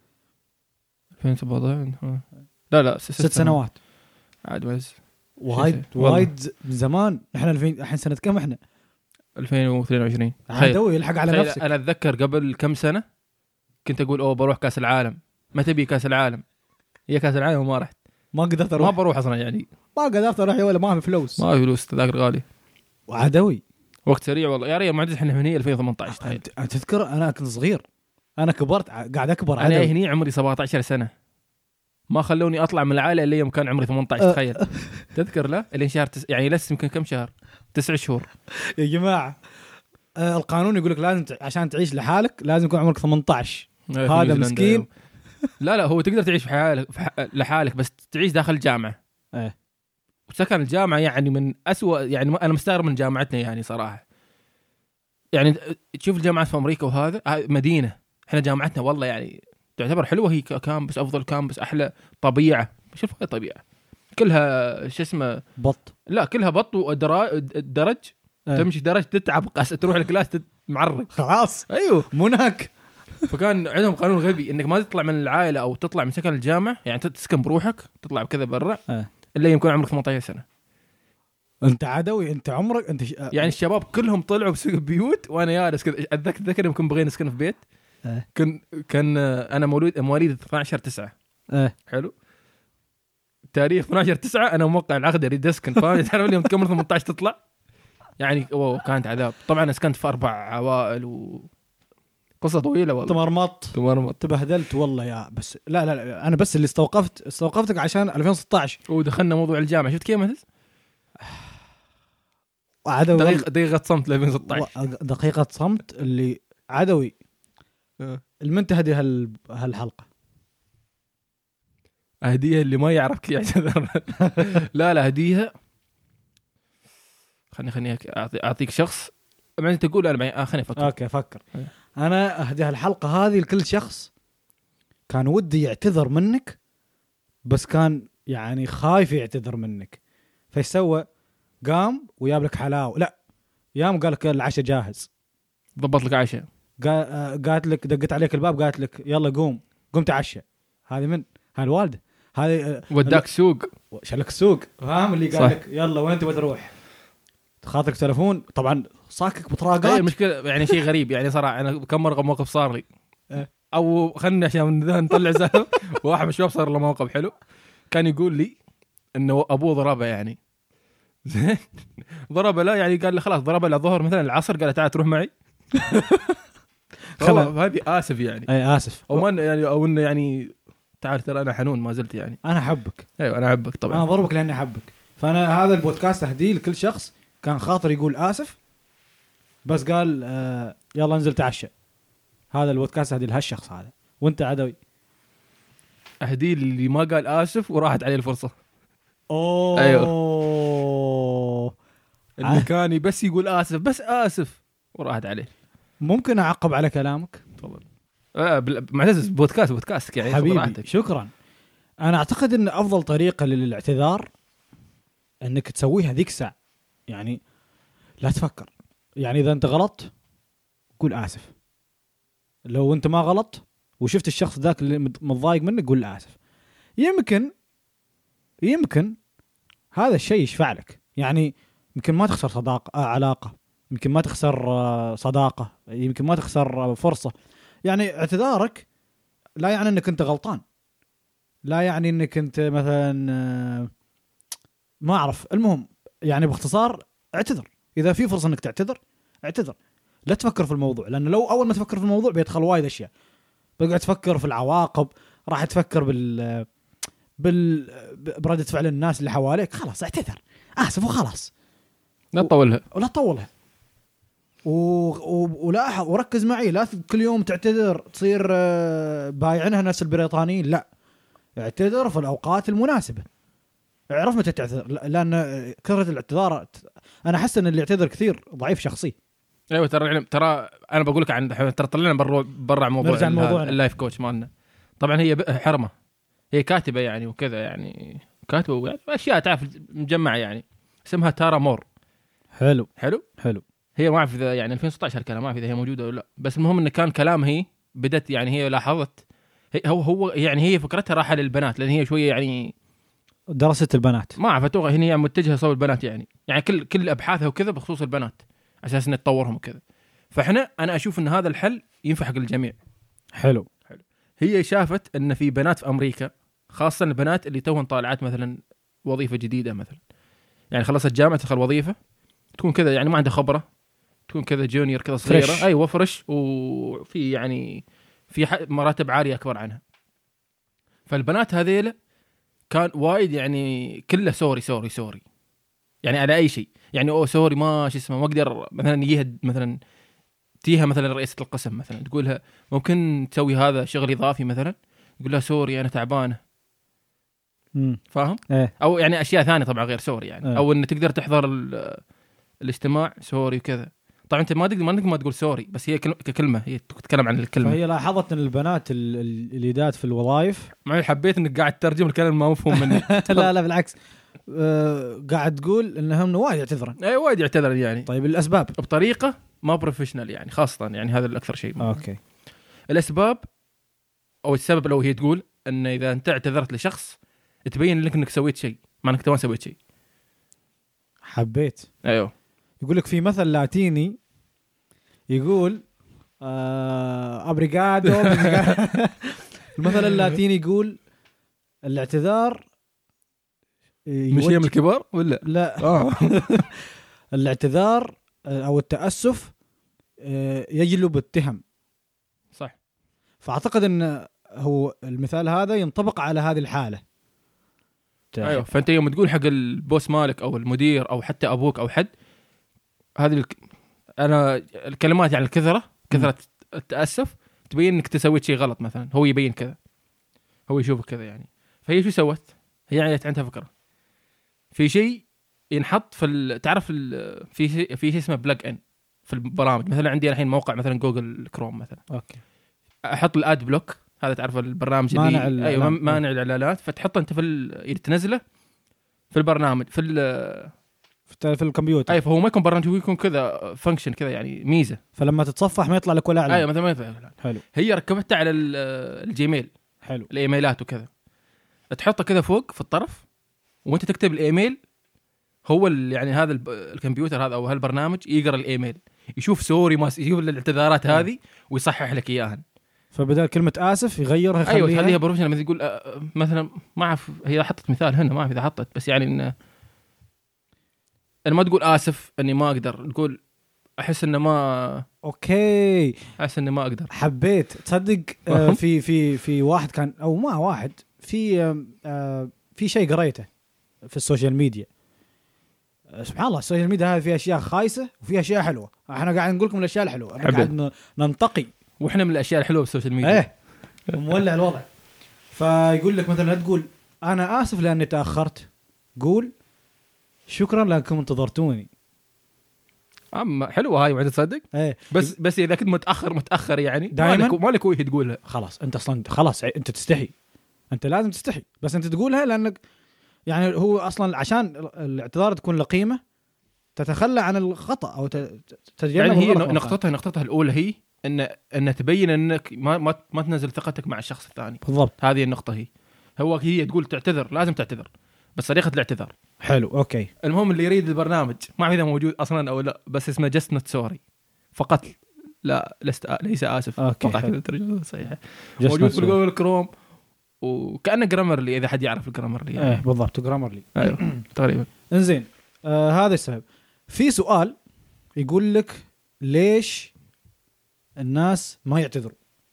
2017 لا 6 سنوات عاد بس وايد زمان. احنا الحين سنه كم؟ احنا 2022. عدوي يلحق على نفسك. انا اتذكر قبل كم سنه كنت اقول بروح كاس العالم. ما تبي كاس العالم؟ هي كاس العالم وما رحت. ما قدرت اروح. ما بروح اصلا يعني ما قدرت اروح ولا ما في فلوس. ما في فلوس تذاكر غالي. وعدوي وقت سريع والله يا ريال. معدز احنا هني 2018 تخيل. تذكر انا كنت صغير، انا كبرت قاعد اكبر. انا هني عمري 17 سنه ما خلوني اطلع من العائله اللي يوم كان عمري 18 تخيل. تذكر لا اللي شهر يعني لسه يمكن كم شهر 9 شهور يا جماعه. القانون يقول لك لازم عشان تعيش لحالك لازم يكون عمرك 18. هذا مسكين. لا هو تقدر تعيش في حالك لحالك بس تعيش داخل الجامعه. وسكن الجامعه يعني من أسوأ. يعني انا مستغرب من جامعتنا يعني صراحه. يعني تشوف الجامعات في امريكا وهذا مدينه، احنا جامعتنا والله يعني تعتبر حلوه. هي كامبس افضل كامبس، احلى طبيعه. شوف هاي طبيعه كلها شو اسمه بط. لا كلها بط ودرج. تمشي درج تتعب تروح الكلاس معرق خلاص. ايوه منهك. فكان عندهم قانون غبي انك ما تطلع من العائله او تطلع من سكن الجامعه، يعني تسكن بروحك تطلع كذا برا الا يمكن عمرك 18 سنه. انت عدوي. انت عمرك انت يعني الشباب كلهم طلعوا ببيوت وانا جالس كذا. اتذكر يمكن بغينا نسكن في بيت. كان انا مواليد 12/9. حلو تاريخ 12/9 انا موقع العقد اريد اسكن. فاهم؟ تعرف اليوم تكمل 18 تطلع يعني. كانت عذاب. طبعا انا سكنت في 4 عوائل قصة طويلة والله. تمرمط تبهدلت والله يا. بس لا انا بس اللي استوقفتك عشان 2016 ودخلنا موضوع الجامعة. شفت كيف مثل عدوي دقيقة صمت ل 2016. دقيقة صمت اللي عدوي المنتهى هالحلقة اهديها اللي ما يعرفك يعتذر. لا اهديها، خليني اعطيك شخص ما انت تقول انا خليني افكر. اوكي فكر. انا اهدي الحلقه هذه لكل شخص كان ودي يعتذر منك بس كان يعني خايف يعتذر منك، فايش سوى؟ قام وياب لك حلاوه، لا يام قال لك العشاء جاهز، ضبط لك عشاء، قالت لك دقت عليك الباب قالت لك يلا قوم تعشى. هذه من الوالده هذه، وداك سوق، شالك السوق، فاهم اللي قال لك يلا وين تبغى تروح، خاطرك تلفون طبعا صاكك بطراقات. مشكله يعني شيء غريب يعني صراحه انا كم مره موقف صار لي او خلني عشان نطلع سالفه. واحد من الشباب صار له موقف حلو، كان يقول لي انه ابوه ضربه يعني زين ضربه، لا يعني قال لي خلاص ضربه الظهر مثلا العصر، قال تعال تروح معي. هذه اسف يعني اي اسف او ما يعني او انه يعني تعال ترى انا حنون ما زلت يعني انا احبك. ايوه انا احبك طبعا، انا ضربك لاني احبك. فانا هذا البودكاست اهديه لكل شخص كان خاطر يقول اسف بس قال يلا انزل تعشى. هذا البودكاست اهدي لهالشخص هذا. وانت عدوي اهدي اللي ما قال اسف وراحت عليه الفرصه. اوه ايوه اللي كان بس يقول اسف بس اسف وراحت عليه. ممكن اعقب على كلامك؟ تفضل. معتز بودكاستك يعني حبيبي شكرا. انا اعتقد ان افضل طريقه للاعتذار انك تسويها ذيك الساعه، يعني لا تفكر. يعني اذا انت غلط قول اسف، لو انت ما غلط وشفت الشخص ذاك اللي متضايق منك قول اسف. يمكن هذا الشيء يشفع لك، يعني يمكن ما تخسر صداقه علاقه، يمكن ما تخسر صداقه، يمكن ما تخسر فرصه. يعني اعتذارك لا يعني انك انت غلطان، لا يعني انك انت مثلا ما اعرف. المهم يعني باختصار اعتذر، اذا في فرصه انك اعتذر. لا تفكر في الموضوع، لان لو اول ما تفكر في الموضوع بيدخل وايد اشياء، بقعد تفكر في العواقب، راح تفكر بردة فعل الناس اللي حواليك. خلاص اعتذر اسف وخلاص، لا تطولها ولا تطولها. ولاحظ وركز معي، لا كل يوم تعتذر تصير بايعنها ناس البريطانيين، لا اعتذر في الأوقات المناسبة. اعرف متى تعتذر، لأن كثرة الاعتذار أنا أحس أن اللي يعتذر كثير ضعيف شخصي. أيوة ترى أنا بقول لك عن ترى طلعنا برا موضوع اللايف كوتش مالنا. طبعا هي حرمة، هي كاتبة يعني وكذا، يعني كاتبة يعني أشياء تعرف مجمعة، يعني اسمها تارا مور. حلو هي ما أعرف إذا يعني 2016 الكلام، ما أعرف إذا هي موجودة ولا لا، بس المهم إن كان كلام هي بدت يعني هي لاحظت هو يعني هي فكرتها راحة للبنات، لأن هي شوية يعني درست البنات، ما أعرف أتوقع هنا يعني متجهة صوب البنات، يعني كل أبحاثها وكذا بخصوص البنات أساس إن تطورهم وكذا. أنا أشوف إن هذا الحل ينفع حق الجميع. حلو. هي شافت إن في بنات في أمريكا، خاصة البنات اللي توهن طالعات مثلا وظيفة جديدة، مثلا يعني خلصت جامعة تدخل وظيفة تكون كذا يعني ما عندها خبرة، تكون كذا جونيور كذا صغيرة فريش. أيوة فرش، وفي يعني في مراتب عالية أكبر عنها. فالبنات هذيل كان وايد يعني كله سوري يعني على أي شيء، يعني سوري ما اسمه ما أقدر مثلا يجيها مثلا تيها مثلا رئيسة القسم مثلا تقولها ممكن تسوي هذا شغل إضافي مثلا، تقول لها سوري أنا تعبانة. فاهم؟ إيه. أو يعني أشياء ثانية طبعا غير سوري يعني. أو إن تقدر تحضر الاجتماع سوري وكذا. طبعا أنت ما تقول سوري، بس هي ككلمة هي تتكلم عن الكلمة. فهي لاحظت إن البنات الإيدات في الوظائف ما حبيت إنك قاعد تترجم الكلام ما مفهوم مني. لا بالعكس، قاعد تقول إنهم وايد يعتذرن. أي وايد يعتذرن يعني. طيب الأسباب بطريقة ما بروفيشنال يعني، خاصة يعني هذا الأكثر شيء. أوكي. الأسباب أو السبب لو هي تقول إن إذا أنت اعتذرت لشخص تبين لك إنك سويت شيء مع إنك ما سويت شيء. حبيت. أيوه. يقول لك في مثل لاتيني يقول أبريغادو. المثل اللاتيني يقول الاعتذار مش يوم الكبار ولا لا الاعتذار أو التأسف يجلب التهم. صح. فأعتقد أن هو المثال هذا ينطبق على هذه الحالة. أيوه. فأنت يوم تقول حق البوس مالك أو المدير أو حتى أبوك أو حد هذه أنا الكلمات يعني كثرة التأسف تبين إنك تسويت شيء غلط مثلا، هو يبين كذا، هو يشوفك كذا يعني. فهي شو سوت؟ هي يعني عندها فكره في شيء ينحط في تعرف في شيء اسمه بلاج ان في البرامج. مثلا عندي الحين موقع مثلا جوجل كروم مثلا، اوكي، احط الاد بلوك، هذا تعرف البرنامج مانع اللي ايوه مانع الاعلانات، فتحط انت تنزله في البرنامج في الكمبيوتر. اي فهو ما يكون برنامج، هو يكون كذا فانكشن كذا يعني ميزه، فلما تتصفح ما يطلع لك ولا اعلان. ايوه مثلا ما يطلع اعلان. حلو. هي ركبتها على الجيميل، حلو، الايميلات وكذا، تحطه كذا فوق في الطرف وانت تكتب الايميل، هو يعني هذا الكمبيوتر هذا او هالبرنامج يقرا الايميل، يشوف سوري ما يشوف الاعتذارات هذه ويصحح لك اياها. فبدل كلمه اسف يغيرها، يخليها ايوه تخليها بروفيشنال. مثل يقول مثلا ما اعرف هي حطت مثال هنا، ما اعرف اذا حطت، بس يعني ان ما تقول اسف اني ما اقدر، تقول احس انه ما اوكي، احس اني ما اقدر. حبيت تصدق في واحد كان او ما واحد في شيء قريته في السوشيال ميديا. سبحان الله، السوشيال ميديا هذه فيها اشياء خايسه وفيها اشياء حلوه. احنا قاعد نقول لكم الاشياء الحلوه، قاعد ننتقي، واحنا من الاشياء الحلوه بالسوشيال ميديا مولع الوضع. فيقول لك مثلا لا تقول انا اسف لاني تاخرت، قول شكرا لانكم انتظرتوني. اما حلوه هاي، وعد تصدق. بس اذا كنت متاخر يعني دائما ما لك وجه تقولها. خلاص انت اصلا خلاص انت تستحي، انت لازم تستحي، بس انت تقولها لانك يعني هو اصلا عشان الاعتذار تكون له قيمه، تتخلى عن الخطا او تتجنب يعني هي الغلط. نقطتها الاولى هي ان تبين انك ما تنزل ثقتك مع الشخص الثاني. بالضبط، هذه النقطه هي تقول تعتذر، لازم تعتذر، بس طريقه الاعتذار. حلو، اوكي. المهم اللي يريد البرنامج ما اعرف اذا موجود اصلا او لا، بس اسمه جست نوت سوري فقط، ليس اسف. اتوقع كذا الترجمه صحيحه، موجود في جوجل كروم، وكانه جرامرلي اذا حد يعرف الجرامرلي يعني. بالضبط، جرامرلي ايوه تقريبا. انزين، هذا السبب. في سؤال يقول لك ليش الناس ما يعتذروا؟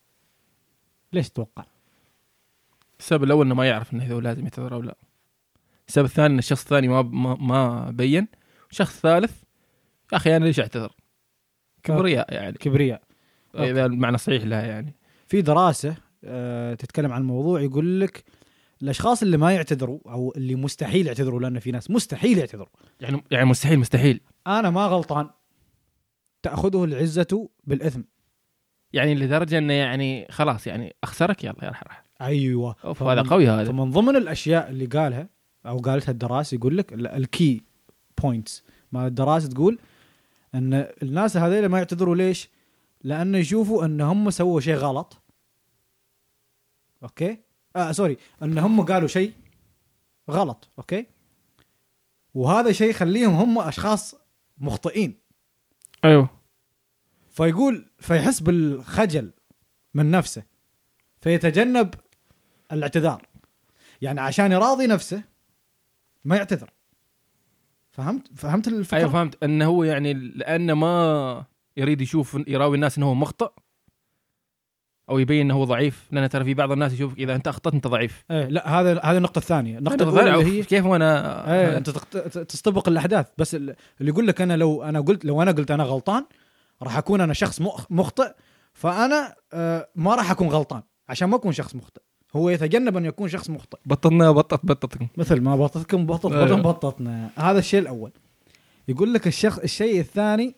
ليش تتوقع؟ السبب الاول انه ما يعرف انه هو لازم يعتذر او لا. السبب الثاني ان الشخص الثاني ما بين. الشخص الثالث يا اخي انا ليش اعتذر؟ كبرياء يعني، كبرياء اذا المعنى صحيح لها يعني. في دراسه تتكلم عن الموضوع، يقول لك الاشخاص اللي ما يعتذروا او اللي مستحيل يعتذروا، لان في ناس مستحيل يعتذروا، يعني مستحيل انا ما غلطان، تاخذه العزه بالاثم، يعني لدرجه انه يعني خلاص يعني اخسرك يلا يا راح. ايوه، هذا قوي هذا. فمن ضمن الاشياء اللي قالها او قالتها الدراسه، يقول لك الكي بوينتس ما الدراسه تقول ان الناس هذول ما يعتذروا ليش؟ لانه يشوفوا ان هم سووا شيء غلط. اوكي، سوري، ان هم قالوا شيء غلط. اوكي، وهذا شيء يخليهم هم اشخاص مخطئين. ايوه، فيحس بالخجل من نفسه، فيتجنب الاعتذار، يعني عشان يراضي نفسه ما يعتذر. فهمت الفكرة؟ ايوه فهمت، انه هو يعني لانه ما يريد يراوي الناس انه هو مخطئ او يبين انه هو ضعيف، لان ترى في بعض الناس يشوفك اذا انت اخطأت انت ضعيف. لا، هذه النقطه الثانيه. النقطه الاولى هي كيف وانا انت تستبق الاحداث، بس اللي يقول لك انا لو انا قلت انا غلطان راح اكون انا شخص مخطئ، فانا ما راح اكون غلطان عشان ما اكون شخص مخطئ. هو يتجنب ان يكون شخص مخطئ. بطتكم مثل ما بطتكم بطتنا. هذا الشيء الاول. يقول لك الشيء الثاني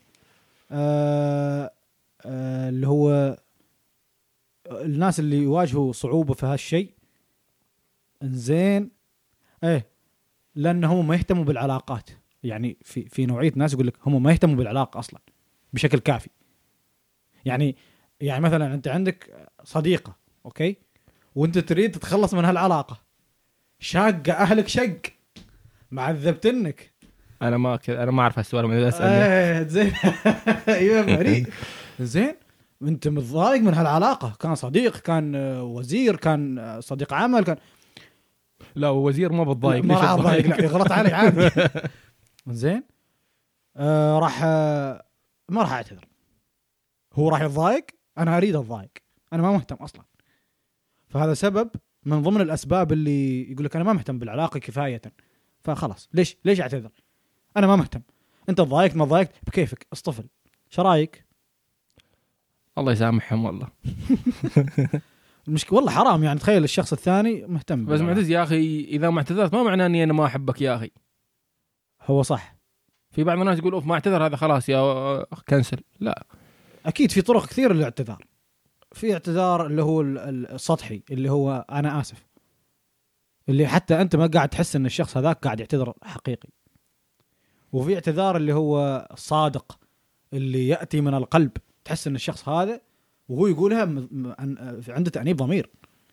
اللي هو الناس اللي يواجهوا صعوبة في هالشيء، انزين لأنهم ما يهتموا بالعلاقات. يعني في نوعية ناس يقول لك هم ما يهتموا بالعلاقة أصلا بشكل كافي. يعني مثلا أنت عندك صديقة، أوكي، وأنت تريد تتخلص من هالعلاقة، شاقة أهلك شق، معذبتنك. أنا ما أعرف هالسؤال من أسأل. زين. أيوة مريء. زين، انت متضايق من هالعلاقه، كان صديق، كان وزير، كان صديق عمل، كان لا وزير ما بتضايق، ما راح اضايق، لا يغلط علي عادي. زين، راح ما راح اعتذر، هو راح يتضايق، انا اريد اتضايق، انا ما مهتم اصلا. فهذا سبب من ضمن الاسباب اللي يقول لك انا ما مهتم بالعلاقه كفايه، فخلاص ليش اعتذر؟ انا ما مهتم، انت تضايقت ما تضايقت بكيفك، اصطفل، شرايك. الله يسامحهم والله. المشكله والله حرام يعني. تخيل الشخص الثاني مهتم بس معتز يا اخي اذا ما اعتذرت ما معناه اني انا ما احبك يا اخي. هو صح. في بعض الناس يقول اوف ما اعتذر هذا خلاص يا كنسل. لا اكيد في طرق كثير للاعتذار. في اعتذار اللي هو السطحي اللي هو انا اسف، اللي حتى انت ما قاعد تحس ان الشخص هذاك قاعد يعتذر حقيقي. وفي اعتذار اللي هو الصادق اللي ياتي من القلب، تحس ان الشخص هذا وهو يقولها عنده تأنيب ضمير.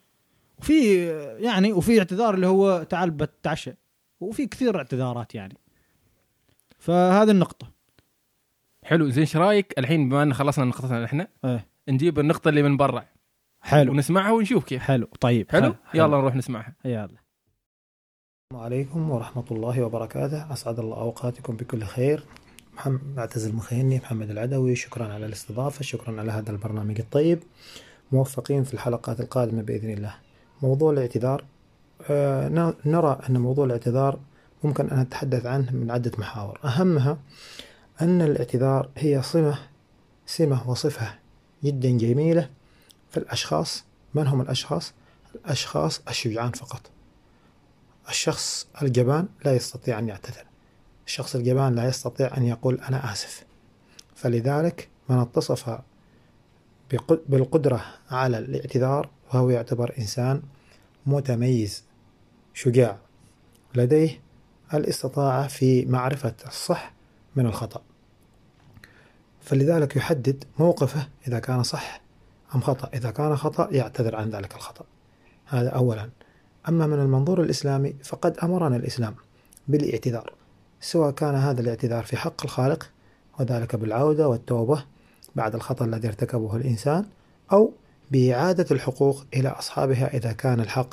وفي اعتذار اللي هو تعال بتعشى. وفي كثير اعتذارات يعني. فهذه النقطة. حلو. زين ايش رايك الحين بما ان خلصنا نقطتنا احنا نجيب النقطة اللي من برا. حلو. ونسمعها ونشوف كيف. حلو. طيب. حلو. يلا نروح نسمعها. يلا. السلام عليكم ورحمة الله وبركاته. أسعد الله أوقاتكم بكل خير. معتز المخيني محمد العدوي. شكرا على الاستضافة. شكرا على هذا البرنامج الطيب. موفقين في الحلقات القادمة بإذن الله. موضوع الاعتذار، نرى أن موضوع الاعتذار ممكن أن نتحدث عنه من عدة محاور. أهمها أن الاعتذار هي سمة وصفة جدا جميلة في الأشخاص. من هم الأشخاص؟ الأشخاص الشجعان فقط. الشخص الجبان لا يستطيع أن يعتذر. الشخص الجبان لا يستطيع أن يقول أنا آسف. فلذلك من اتصف بالقدرة على الاعتذار وهو يعتبر إنسان متميز شجاع لديه الاستطاعة في معرفة الصح من الخطأ. فلذلك يحدد موقفه إذا كان صح أم خطأ. إذا كان خطأ يعتذر عن ذلك الخطأ. هذا أولا. أما من المنظور الإسلامي فقد أمرنا الإسلام بالاعتذار، سواء كان هذا الاعتذار في حق الخالق وذلك بالعودة والتوبة بعد الخطأ الذي ارتكبه الإنسان، أو بإعادة الحقوق إلى أصحابها إذا كان الحق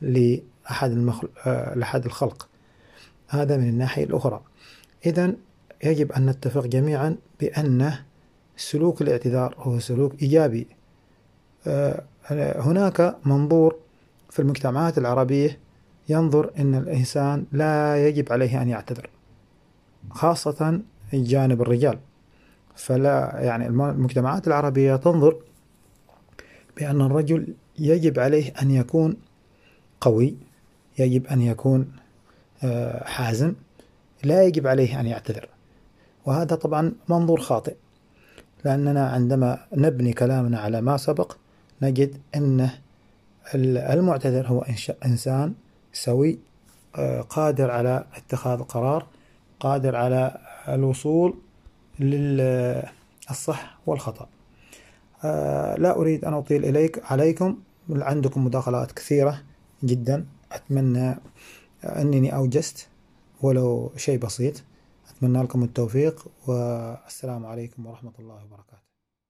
لأحد الخلق. هذا من الناحية الأخرى. إذن يجب أن نتفق جميعا بأن سلوك الاعتذار هو سلوك إيجابي. هناك منظور في المجتمعات العربية ينظر أن الإنسان لا يجب عليه أن يعتذر، خاصة جانب الرجال. فلا يعني المجتمعات العربية تنظر بأن الرجل يجب عليه أن يكون قوي، يجب أن يكون حازم، لا يجب عليه أن يعتذر. وهذا طبعا منظور خاطئ، لأننا عندما نبني كلامنا على ما سبق نجد أن المعتذر هو إنسان سوي، قادر على اتخاذ قرار، قادر على الوصول للصح والخطأ. لا أريد أن أطيل عليكم. عندكم مداخلات كثيرة جدا، أتمنى أنني أوجزت ولو شيء بسيط. أتمنى لكم التوفيق، والسلام عليكم ورحمة الله وبركاته.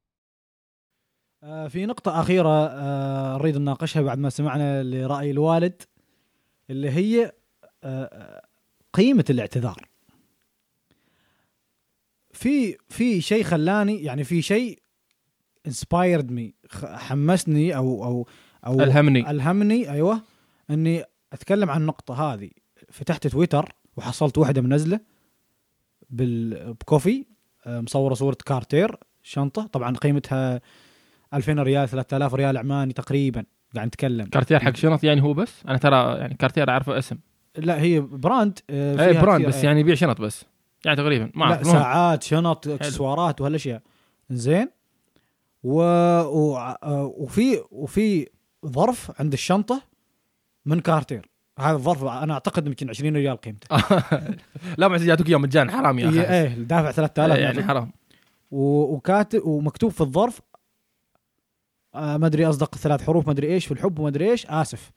في نقطة أخيرة نريد نناقشها بعد ما سمعنا لرأي الوالد، اللي هي قيمة الاعتذار. في شيء خلاني، يعني في شيء inspired me، حمسني أو ألهمني أيوة، أني أتكلم عن النقطة هذه. فتحت تويتر وحصلت واحدة منزلة بكوفي، مصورة صورة كارتير، شنطة طبعا قيمتها 2000 ريال 3000 ريال عماني تقريبا. قاعد نتكلم كارتير حق شنط يعني. هو بس أنا ترى يعني كارتير أعرفه اسم، لا هي براند، أي براند بس يعني يبيع شنط بس يعني تقريبا، ما أعرف، ساعات شنط اكسسوارات وهالاشياء. زين. وفي ظرف عند الشنطة من كارتير. هذا الظرف أنا أعتقد يمكن 20 ريال قيمته. لا ما جاتك يوم مجان، حرام يا أخي. إيه دافع 3000 يعني حرام. وكاتب ومكتوب في الظرف ما أدري أصدق 3 حروف ما أدري إيش في الحب وما أدري إيش آسف.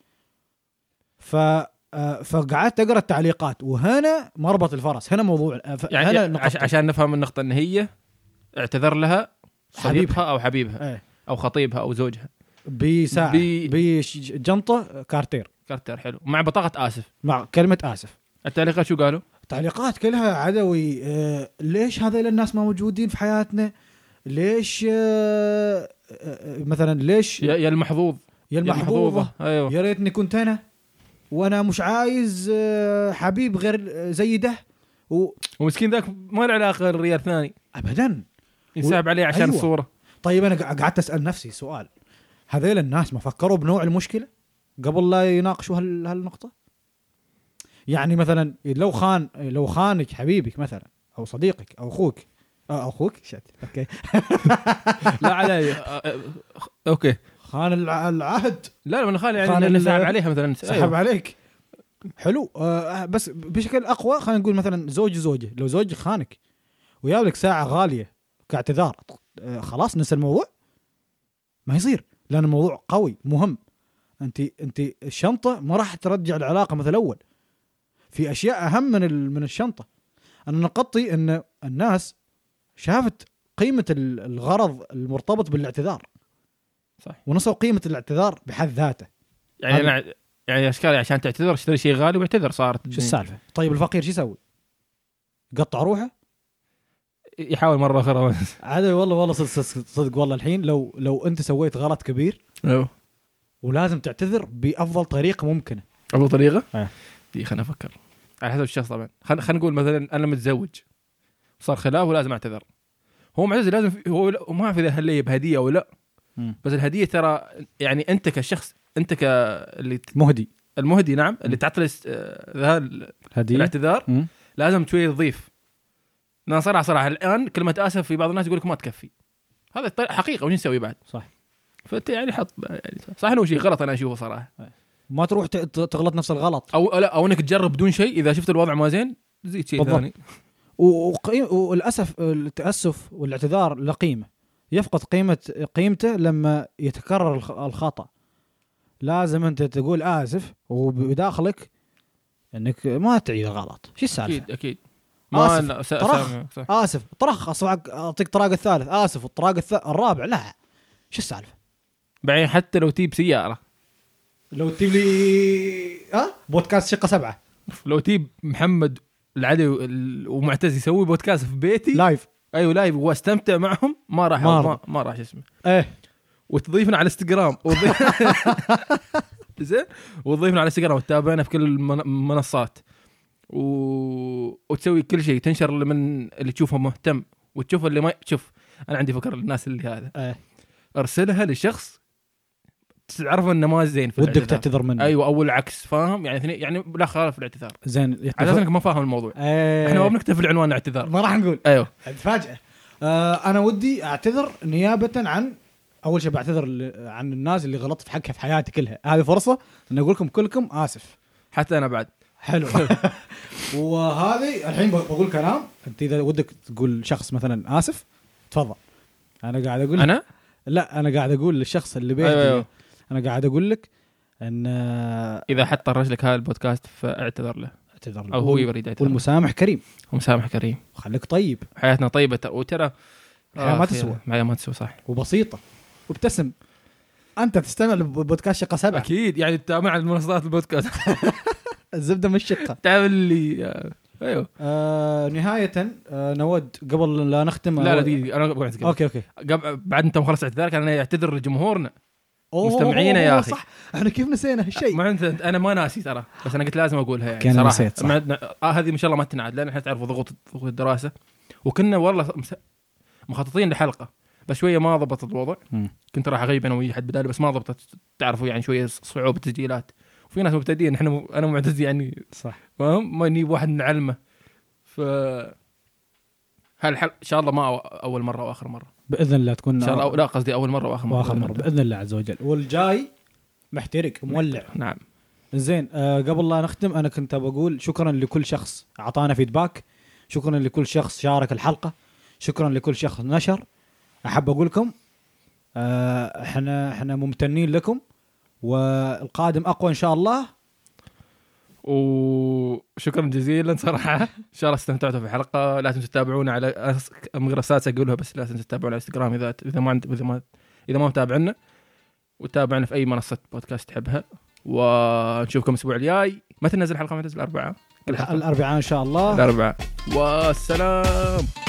فقعدت أقرأ التعليقات، وهنا مربط الفرس، هنا موضوع يعني هنا عشان نفهم النقطة، إن هي اعتذر لها صديقها أو حبيبها ايه. أو خطيبها أو زوجها بساعة بجنطة كارتير. حلو، مع بطاقة آسف، مع كلمة آسف. التعليقات شو قالوا؟ التعليقات كلها عدوي. ليش هذا الناس ما موجودين في حياتنا؟ ليش مثلا ليش يا المحظوظ يا المحظوظة. أيوة. يا ريتني كنت أنا، وأنا مش عايز حبيب غير زي ده. ومسكين ذاك ما له علاقة الريال ثاني أبدا، ينسحب عليه عشان أيوة. الصورة. طيب أنا قعدت أسأل نفسي سؤال، هذيل الناس ما فكروا بنوع المشكلة قبل لا يناقشوا هالنقطة. يعني مثلا لو خانك حبيبك مثلا أو صديقك أو أخوك شات أوكي لا علي أوكي خان العهد. لا من خالي يعني نسحب عليها مثلا سحب عليك حلو. بس بشكل أقوى خلينا نقول مثلا زوجة لو زوجك خانك ويابلك ساعة غالية كاعتذار خلاص ننسى الموضوع. ما يصير لأن الموضوع قوي مهم. أنت الشنطة ما راح ترجع العلاقة مثل الأول. في أشياء أهم من الشنطة. أنا نقطي أن الناس شافت قيمة الغرض المرتبط بالاعتذار صح ونسوا قيمة الاعتذار بحد ذاته. يعني أشكال عشان تعتذر اشتري شيء غالي واعتذر صارت شو السالفة؟ طيب الفقير شو يسوي؟ قطع روحه يحاول مرة أخرى عادي. والله صدق والله الحين لو أنت سويت غلط كبير ولازم تعتذر بأفضل طريقة ممكنة. أفضل طريقة؟ دي خلنا أفكر على حسب الشخص طبعا. خلنا نقول مثلا أنا متزوج صار خلاف ولازم أعتذر. هو معتذر لازم هو ما أعرف إذا هل لي بهدية أو لا. بس الهدية ترى يعني أنت كشخص أنت اللي المهدي نعم اللي تعطي الاعتذار لازم شوي تضيف. أنا صراحة الآن كلمة آسف في بعض الناس يقولك ما تكفي. هذا حقيقة وش نسوي بعد؟ صح. فأنت يعني حط يعني صح إنه شيء غلط أنا أشوفه صراحة. ما تروح تغلط نفس الغلط أو إنك تجرب بدون شيء. إذا شفت الوضع ما زين زيد شيء ثاني. والأسف التأسف والاعتذار له قيمة. يفقد قيمته لما يتكرر الخطأ. لازم أنت تقول آسف وبداخلك إنك ما تعيد غلط. شو السالفة؟ أكيد آسف طرخ أعطيك طراق الثالث آسف والطراق الرابع لا. شو السالفة؟ بعدين حتى لو تجيب سيارة لو تجيب لي بودكاست شقة 7 لو تجيب محمد العدوي ومعتز يسوي بودكاست في بيتي لايف لايف واستمتع معهم ما راح اسمه وتضيفنا على الانستغرام زين وتضيفنا على الانستغرام وتتابعنا في كل المنصات وتسوي كل شيء تنشر من اللي تشوفه مهتم وتشوف اللي ما تشوف. انا عندي فكره للناس اللي هذا ارسلها لشخص تعرف انه ما زين في ودك تعتذر منه. ايوه او العكس فاهم يعني لا خالف الاعتذار زين على انك ما فاهم الموضوع. احنا ما بنكتب في العنوان اعتذار ما راح نقول ايوه فاجأة. انا ودي اعتذر نيابه عن اول شيء بعتذر عن الناس اللي غلطت في حقها في حياتي كلها. هذه فرصه ان اقول لكم كلكم اسف حتى انا بعد حلو وهذه الحين بقول كلام. انت اذا ودك تقول شخص مثلا اسف تفضل. انا قاعد اقول انا قاعد اقول للشخص اللي بيني أيوة. انا قاعد اقول لك ان اذا حد طرش لك هذا البودكاست فاعتذر له او هو يريد اعتذار. والمسامح كريم ومسامح كريم وخليك طيب. حياتنا طيبه وترى ما تسوى ما تسوى صح وبسيطه وابتسم. انت تستمع لبودكاست شقة 7 اكيد يعني تتابع على منصات البودكاست الزبده من الشقه تعمل لي ايوه. نهايه نود قبل لا نختم لا دي انا بقعد اوكي بعد انت مخلص اعتذارك انا يعتذر لجمهورنا مستمعينا يا اخي. صح احنا كيف نسينا هالشيء؟ ما انا ما ناسي ترى بس انا قلت لازم اقولها يعني كان صراحه هذه ان شاء الله ما تنعاد لان احنا تعرف ضغوط الدراسه وكنا والله مخططين لحلقه بس شويه ما ضبطت الوضع. كنت راح اغيب انا ويا حد بدالي بس ما ضبطت. تعرفوا يعني شويه صعوبه تسجيلات وفي ناس مبتدئين انا معتز يعني صح فاهم ما نجيب واحد نعلمه. ف هالحلقه ان شاء الله ما اول مره واخر مره باذن الله تكون ان شاء الله لا قصدي اول مره واخر مره باذن الله عز وجل. والجاي محترق مولع. نعم زين قبل لا نختم انا كنت بقول شكرا لكل شخص اعطانا فيدباك. شكرا لكل شخص شارك الحلقه. شكرا لكل شخص نشر. احب اقول لكم احنا ممتنين لكم والقادم اقوى ان شاء الله. وشكرا جزيلا صراحه ان شاء الله استمتعتوا في الحلقه. لا تنسوا تتابعونا على مغرسات اقولها بس لا تنسوا تتابعونا على انستغرام اذا ما متابعنا وتابعنا في اي منصه بودكاست تحبها. ونشوفكم الاسبوع الجاي. متى ننزل حلقه؟ ننزل الاربعاء ان شاء الله. والسلام.